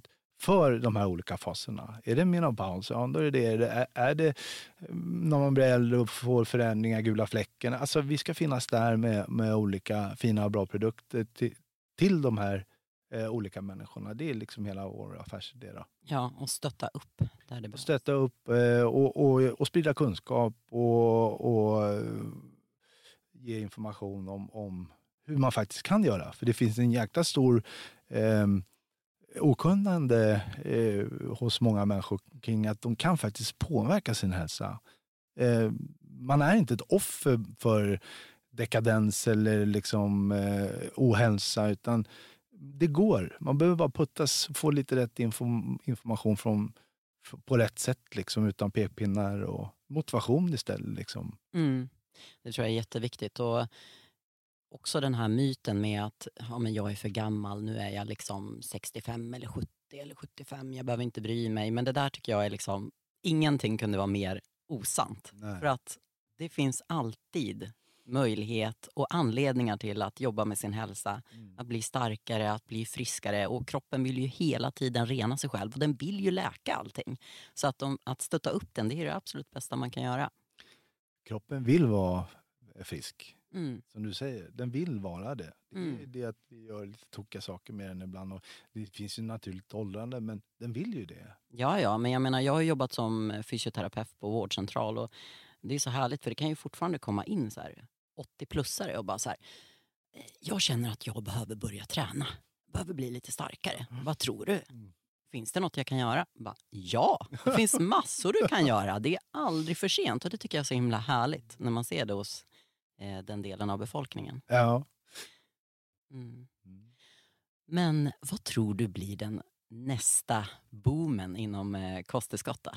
för de här olika faserna. Är det menopaus? Ja, då är det det. Är, är det när man blir äldre och får förändringar, gula fläcken? Alltså vi ska finnas där med, med olika fina och bra produkter till, till de här eh, olika människorna. Det är liksom hela vår affärsidé då. Ja, och stötta upp där det behövs. Stötta upp eh, och, och, och sprida kunskap och, och eh, ge information om, om hur man faktiskt kan göra. För det finns en jäkla stor eh, okunnande eh, hos många människor kring att de kan faktiskt påverka sin hälsa. Eh, man är inte ett offer för dekadens eller liksom eh, ohälsa, utan det går. Man behöver bara puttas, få lite rätt inform- information från, på rätt sätt liksom, utan pekpinnar och motivation istället. Liksom. Mm. Det tror jag är jätteviktigt. Och också den här myten med att ja, men jag är för gammal, nu är jag liksom sextiofem eller sjuttio eller sjuttiofem, jag behöver inte bry mig. Men det där tycker jag är liksom, ingenting kunde vara mer osant. Nej. För att det finns alltid möjlighet och anledningar till att jobba med sin hälsa. Mm. Att bli starkare, att bli friskare. Och kroppen vill ju hela tiden rena sig själv. Och den vill ju läka allting. Så att, de, att stötta upp den, det är det absolut bästa man kan göra. Kroppen vill vara frisk. Mm. Som du säger, den vill vara det. Det är Mm. det att vi gör lite tokiga saker med den ibland. Och det finns ju naturligt åldrande, men den vill ju det. Ja, ja, men jag menar, jag har jobbat som fysioterapeut på vårdcentral och det är så härligt för det kan ju fortfarande komma in så här åttio-plussare och bara så här, jag känner att jag behöver börja träna, behöver bli lite starkare. Mm. Vad tror du? Mm. Finns det något jag kan göra? Bara, ja, det finns massor du kan göra. Det är aldrig för sent och det tycker jag är så himla härligt när man ser det hos eh, den delen av befolkningen. Ja. Mm. Mm. Men vad tror du blir den nästa boomen inom eh, kosttillskotta?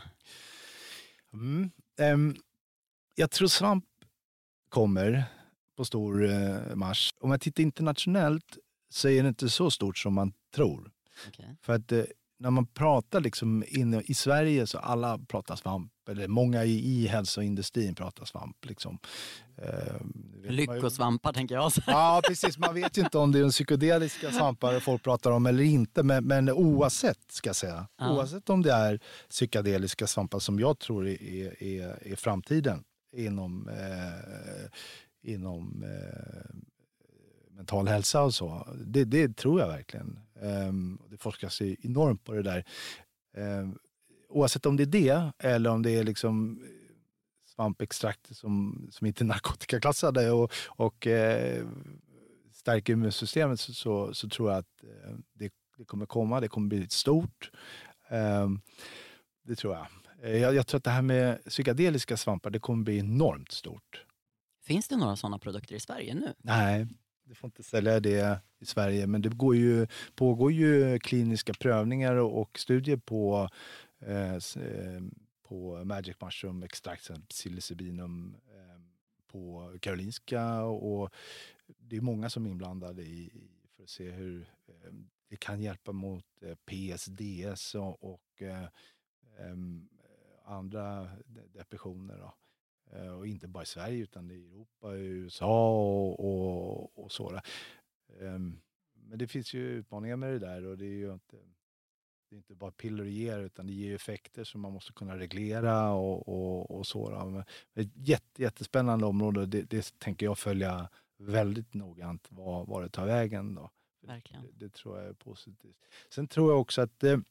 Mm. Um, jag tror svamp kommer på stor uh, marsch. Om jag tittar internationellt så är det inte så stort som man tror. Okay. För att uh, när man pratar liksom inne i Sverige så alla pratar svamp. Eller många i, i hälsoindustrin pratar svamp. Liksom. Uh, Lyckosvampar tänker jag. Ja, precis. Man vet ju inte om det är en psykedeliska svampar folk pratar om eller inte. Men, men oavsett, ska jag säga. Ja. Oavsett om det är psykedeliska svampar som jag tror är, är, är framtiden inom, eh, inom eh, mental hälsa och så. Det, det tror jag verkligen. Um, det forskas enormt på det där. Um, oavsett om det är det eller om det är liksom svampextrakt som, som inte är narkotikaklassade och, och eh, stärker immunsystemet så, så, så tror jag att eh, det, det kommer komma. Det kommer bli stort. Um, det tror jag. jag. Jag tror att det här med psykedeliska svampar, det kommer bli enormt stort. Finns det några sådana produkter i Sverige nu? Nej, det får inte sälja det i Sverige. Men det går ju, pågår ju kliniska prövningar och, och studier på eh, på Magic Mushroom Extract, psilocybinum eh, på Karolinska, och det är många som är inblandade i, för att se hur eh, det kan hjälpa mot eh, P S D S och, och eh, eh, andra depressioner då. Eh, och inte bara i Sverige utan i Europa, i U S A och, och, och så. Eh, men det finns ju utmaningar med det där, och det är ju inte Det är inte bara piller det ger, utan det ger effekter som man måste kunna reglera och, och, och så. Men det är ett jätte, jättespännande område. Det, det tänker jag följa väldigt noggrant vad, vad det tar vägen. Då. Verkligen. Det, det tror jag är positivt. Sen tror jag också att eh,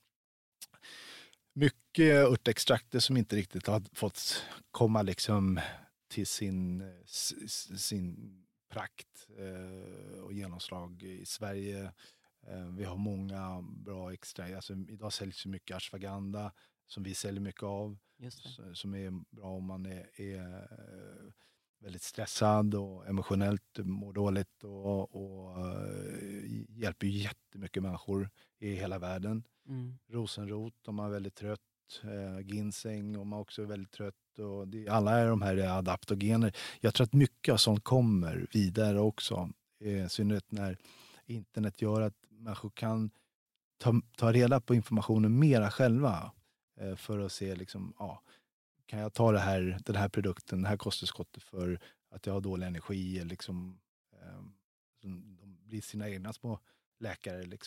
mycket örtextrakter som inte riktigt har fått komma liksom till sin, sin prakt eh, och genomslag i Sverige. Vi har många bra extra. Alltså, idag säljs så mycket ashwagandha som vi säljer mycket av. Just det. Som är bra om man är, är väldigt stressad och emotionellt mår dåligt. Och, och hjälper ju jättemycket människor i hela världen. Mm. Rosenrot om man är väldigt trött. Ginseng om man också är väldigt trött. Och det, alla är de här adaptogener. Jag tror att mycket av sånt kommer vidare också. I synnerhet när internet gör att människor kan ta, ta reda på informationen mera själva eh, för att se liksom, ja, kan jag ta det här, den här produkten, det här kosttillskottet för att jag har dålig energi, liksom, eh, de blir sina egna små läkare liksom.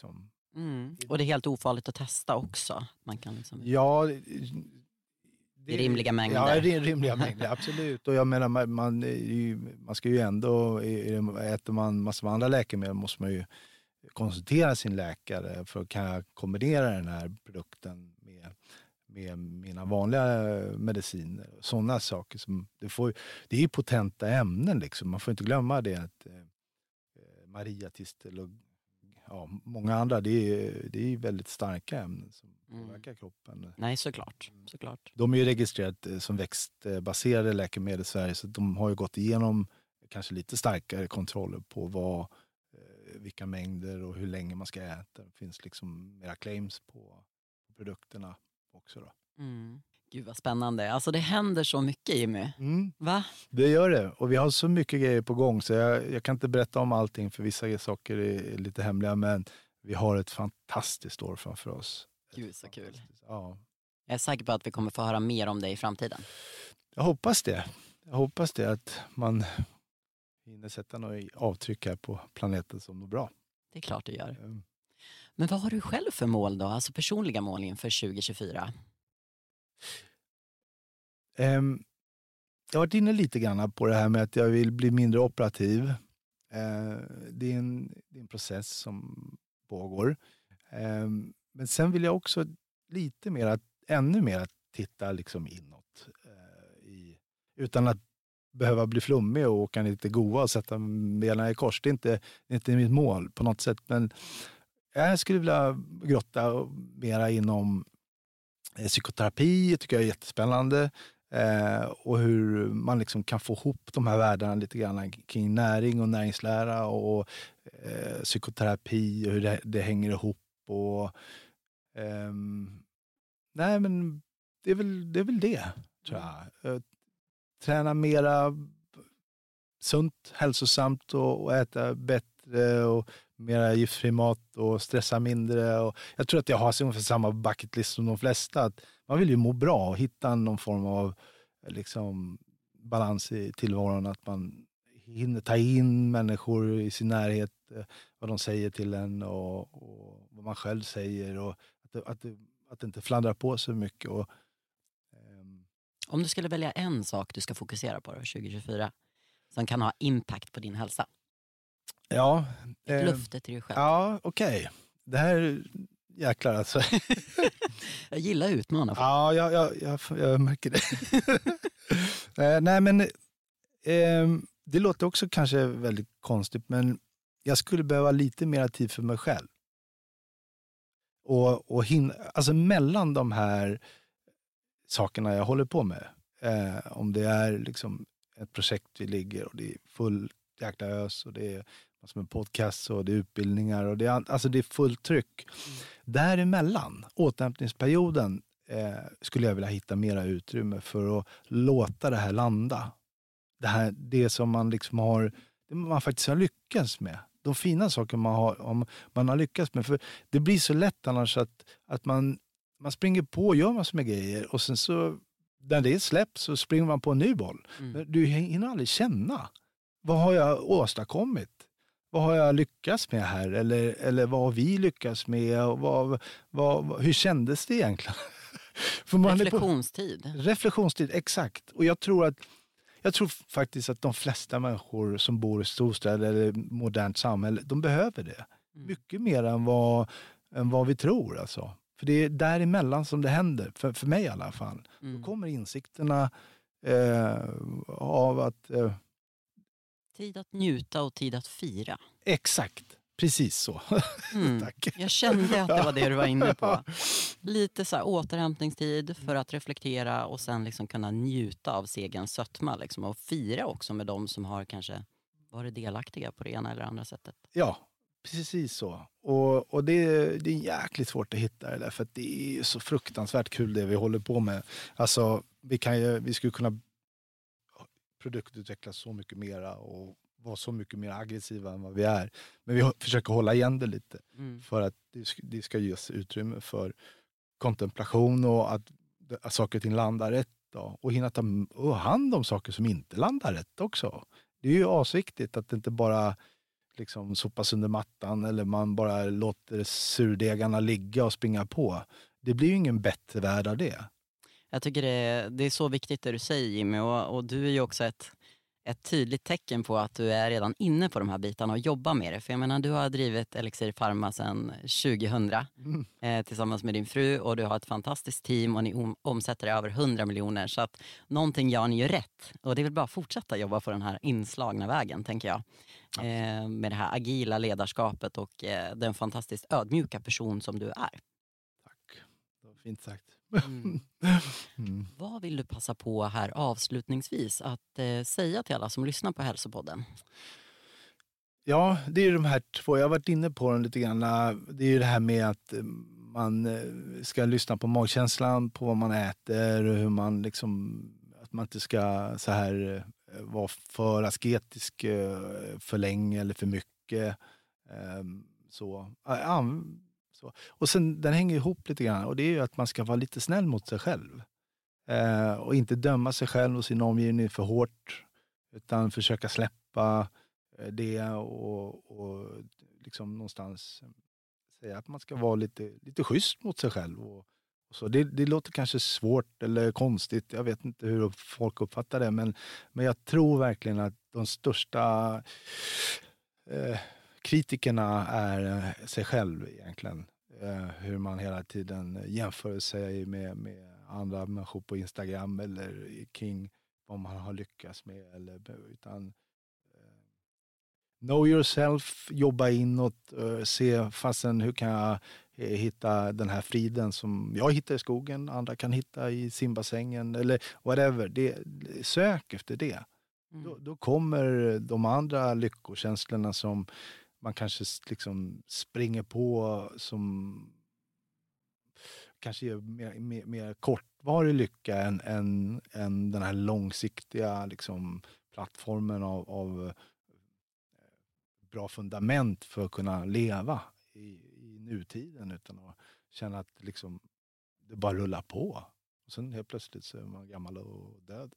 Mm. Och det är helt ofarligt att testa också. Man kan liksom... Ja, det, I rimliga mängder. Ja, i rimliga mängder, absolut. Och jag menar, man, man, man ska ju ändå, äter man massor med andra läkemedel måste man ju konsultera sin läkare för att kunna kombinera den här produkten med, med mina vanliga mediciner. Sådana saker. Som, det, får, det är ju potenta ämnen liksom. Man får inte glömma det att eh, Mariatistel och ja, många andra, det är, det är väldigt starka ämnen som påverkar mm. kroppen. Nej, såklart. såklart. De är ju registrerade som växtbaserade läkemedel i Sverige, så de har ju gått igenom kanske lite starkare kontroller på vad, vilka mängder och hur länge man ska äta. Det finns liksom mera claims på produkterna också då. Mm. Gud vad spännande. Alltså det händer så mycket, Jimmy. Mm. Va? Det gör det. Och vi har så mycket grejer på gång så jag, jag kan inte berätta om allting för vissa saker är lite hemliga, men vi har ett fantastiskt år framför oss. Gud så kul. Ja. Jag är säker på att vi kommer få höra mer om det i framtiden. Jag hoppas det. Jag hoppas det att man hinner sätta något avtryck här på planeten som är bra. Det är klart det gör. Mm. Men vad har du själv för mål då? Alltså personliga mål inför tjugo tjugofyra? Um, jag har varit inne lite grann på det här med att jag vill bli mindre operativ. Uh, det, är en, det är en process som pågår. Um, men sen vill jag också lite mer, att, ännu mer att titta liksom inåt. Uh, i, utan att behöva bli flummig och åka lite goa och sätta benen i kors. Det är inte, det är inte mitt mål på något sätt. Men jag skulle vilja grotta mera inom eh, psykoterapi. Jag tycker jag är jättespännande. Eh, och hur man liksom kan få ihop de här världarna lite grann kring näring och näringslära och eh, psykoterapi och hur det, det hänger ihop. Och, ehm, nej men det är väl det, är väl det tror jag. Eh, träna mera sunt, hälsosamt och, och äta bättre och mera giftfri mat och stressa mindre. Och jag tror att jag har ungefär samma bucket list som de flesta. Att man vill ju må bra och hitta någon form av liksom, balans i tillvaron. Att man hinner ta in människor i sin närhet, vad de säger till en och, och vad man själv säger. Och att, det, att, det, att det inte fladdrar på så mycket. Och, um... Om du skulle välja en sak du ska fokusera på då, tjugo tjugofyra som kan ha impact på din hälsa. Ja. Ett eh, löfte till dig själv. Ja, okej. Okay. Det här jäklar alltså. Jag gillar utmanar. Ja, jag, jag, jag, jag märker det. eh, nej, men eh, det låter också kanske väldigt konstigt, men jag skulle behöva lite mer tid för mig själv. Och, och hinna, alltså mellan de här sakerna jag håller på med. Eh, om det är liksom ett projekt vi ligger och det är full jäkla ös och det är som en podcast och det är utbildningar och det är, alltså det är fullt tryck. Mm. Däremellan, återhämtningsperioden, eh, skulle jag vilja hitta mera utrymme för att låta det här landa. Det, här, det som man liksom har, det man faktiskt har lyckats med. De fina saker man har, om man har lyckats med. För det blir så lätt annars att, att man, man springer på och gör massor med grejer och sen så när det är släppt så springer man på en ny boll. Mm. Du hinner aldrig känna. Vad har jag åstadkommit? Vad har jag lyckats med här? Eller, eller vad har vi lyckats med? Och vad, vad, hur kändes det egentligen? För man reflektionstid. På, reflektionstid, exakt. Och jag tror, att, jag tror faktiskt att de flesta människor som bor i storstäder eller modernt samhälle, de behöver det. Mm. Mycket mer än vad, än vad vi tror alltså. För det är däremellan som det händer, för, för mig i alla fall. Mm. Då kommer insikterna eh, av att... Eh, tid att njuta och tid att fira. Exakt, precis så. Mm. Tack. Jag kände att det var det du var inne på. Lite så här återhämtningstid för att reflektera och sen liksom kunna njuta av segerns sötma. Liksom, och fira också med de som har kanske varit delaktiga på det ena eller andra sättet. Ja, precis så. Och, och det, det är jäkligt svårt att hitta det där, för att det är så fruktansvärt kul det vi håller på med. Alltså, vi, kan ju, vi skulle kunna produktutveckla så mycket mera och vara så mycket mer aggressiva än vad vi är. Men vi försöker hålla igen det lite mm. för att det ska, det ska ges utrymme för kontemplation och att, att saker och ting landar rätt då, och hinna ta hand om saker som inte landar rätt också. Det är ju asviktigt att det inte bara liksom sopas under mattan eller man bara låter surdegarna ligga och springa på. Det blir ju ingen bättre värld av det. Jag tycker det, det är så viktigt det du säger, Jimmy, och, och du är ju också ett, ett tydligt tecken på att du är redan inne på de här bitarna och jobbar med det. För jag menar, du har drivit Elixir Pharma sedan tjugohundra mm. eh, tillsammans med din fru, och du har ett fantastiskt team och ni om, omsätter över hundra miljoner. Så att någonting gör ni ju rätt, och det är väl bara att fortsätta jobba på den här inslagna vägen, tänker jag. Eh, med det här agila ledarskapet och eh, den fantastiskt ödmjuka person som du är. Tack, det var fint sagt. Mm. Mm. Vad vill du passa på här avslutningsvis att eh, säga till alla som lyssnar på Hälsopodden? Ja, det är ju de här två. Jag har varit inne på dem lite grann. Det är ju det här med att man ska lyssna på magkänslan, på vad man äter, hur man liksom, att man inte ska så här vara för asketisk för länge eller för mycket. Så. Ja, Så. Och sen den hänger ihop lite grann, och det är ju att man ska vara lite snäll mot sig själv. Eh, och inte döma sig själv och sin omgivning för hårt, utan försöka släppa det och, och liksom någonstans säga att man ska vara lite, lite schysst mot sig själv. Och, och så. Det, det låter kanske svårt eller konstigt, jag vet inte hur folk uppfattar det, men, men jag tror verkligen att de största eh, kritikerna är sig själv egentligen. Eh, hur man hela tiden jämför sig med, med andra människor på Instagram eller kring vad man har lyckats med. Eller, utan eh, know yourself, jobba inåt, eh, se fastän hur kan jag eh, hitta den här friden som jag hittar i skogen, andra kan hitta i simbassängen eller whatever. Det, sök efter det. Mm. Då, då kommer de andra lyckokänslorna som man kanske liksom springer på, som kanske ger mer, mer, mer kortvarig lycka än, än, än den här långsiktiga liksom, plattformen av, av bra fundament för att kunna leva i, i nutiden utan att känna att liksom, det bara rullar på. Och sen helt plötsligt så är man gammal och död.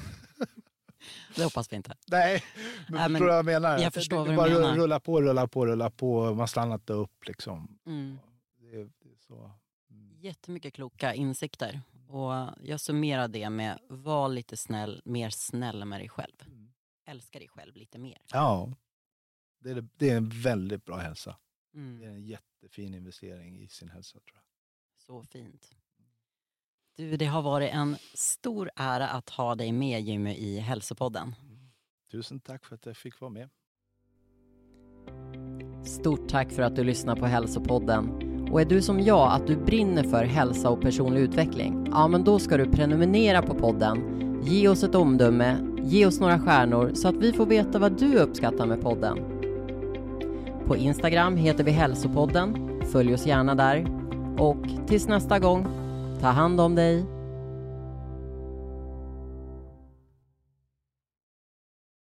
Det hoppas vi inte. Nej, men äh, men tror jag menar. Jag förstår det, det vad du bara menar. Rulla på, rulla på, rulla på. Man stannar inte upp liksom. Mm. Det, det är så. Mm. Jättemycket kloka insikter. Och jag summerar det med: var lite snäll, mer snäll med dig själv. Mm. Älska dig själv lite mer. Ja, det är, det är en väldigt bra hälsa. Mm. Det är en jättefin investering i sin hälsa, tror jag. Så fint. Du, det har varit en stor ära att ha dig med, Jimmy, i Hälsopodden. Tusen tack för att jag fick vara med. Stort tack för att du lyssnar på Hälsopodden. Och är du som jag, att du brinner för hälsa och personlig utveckling? Ja, men då ska du prenumerera på podden. Ge oss ett omdöme, ge oss några stjärnor så att vi får veta vad du uppskattar med podden. På Instagram heter vi Hälsopodden. Följ oss gärna där. Och tills nästa gång, ta hand om dig.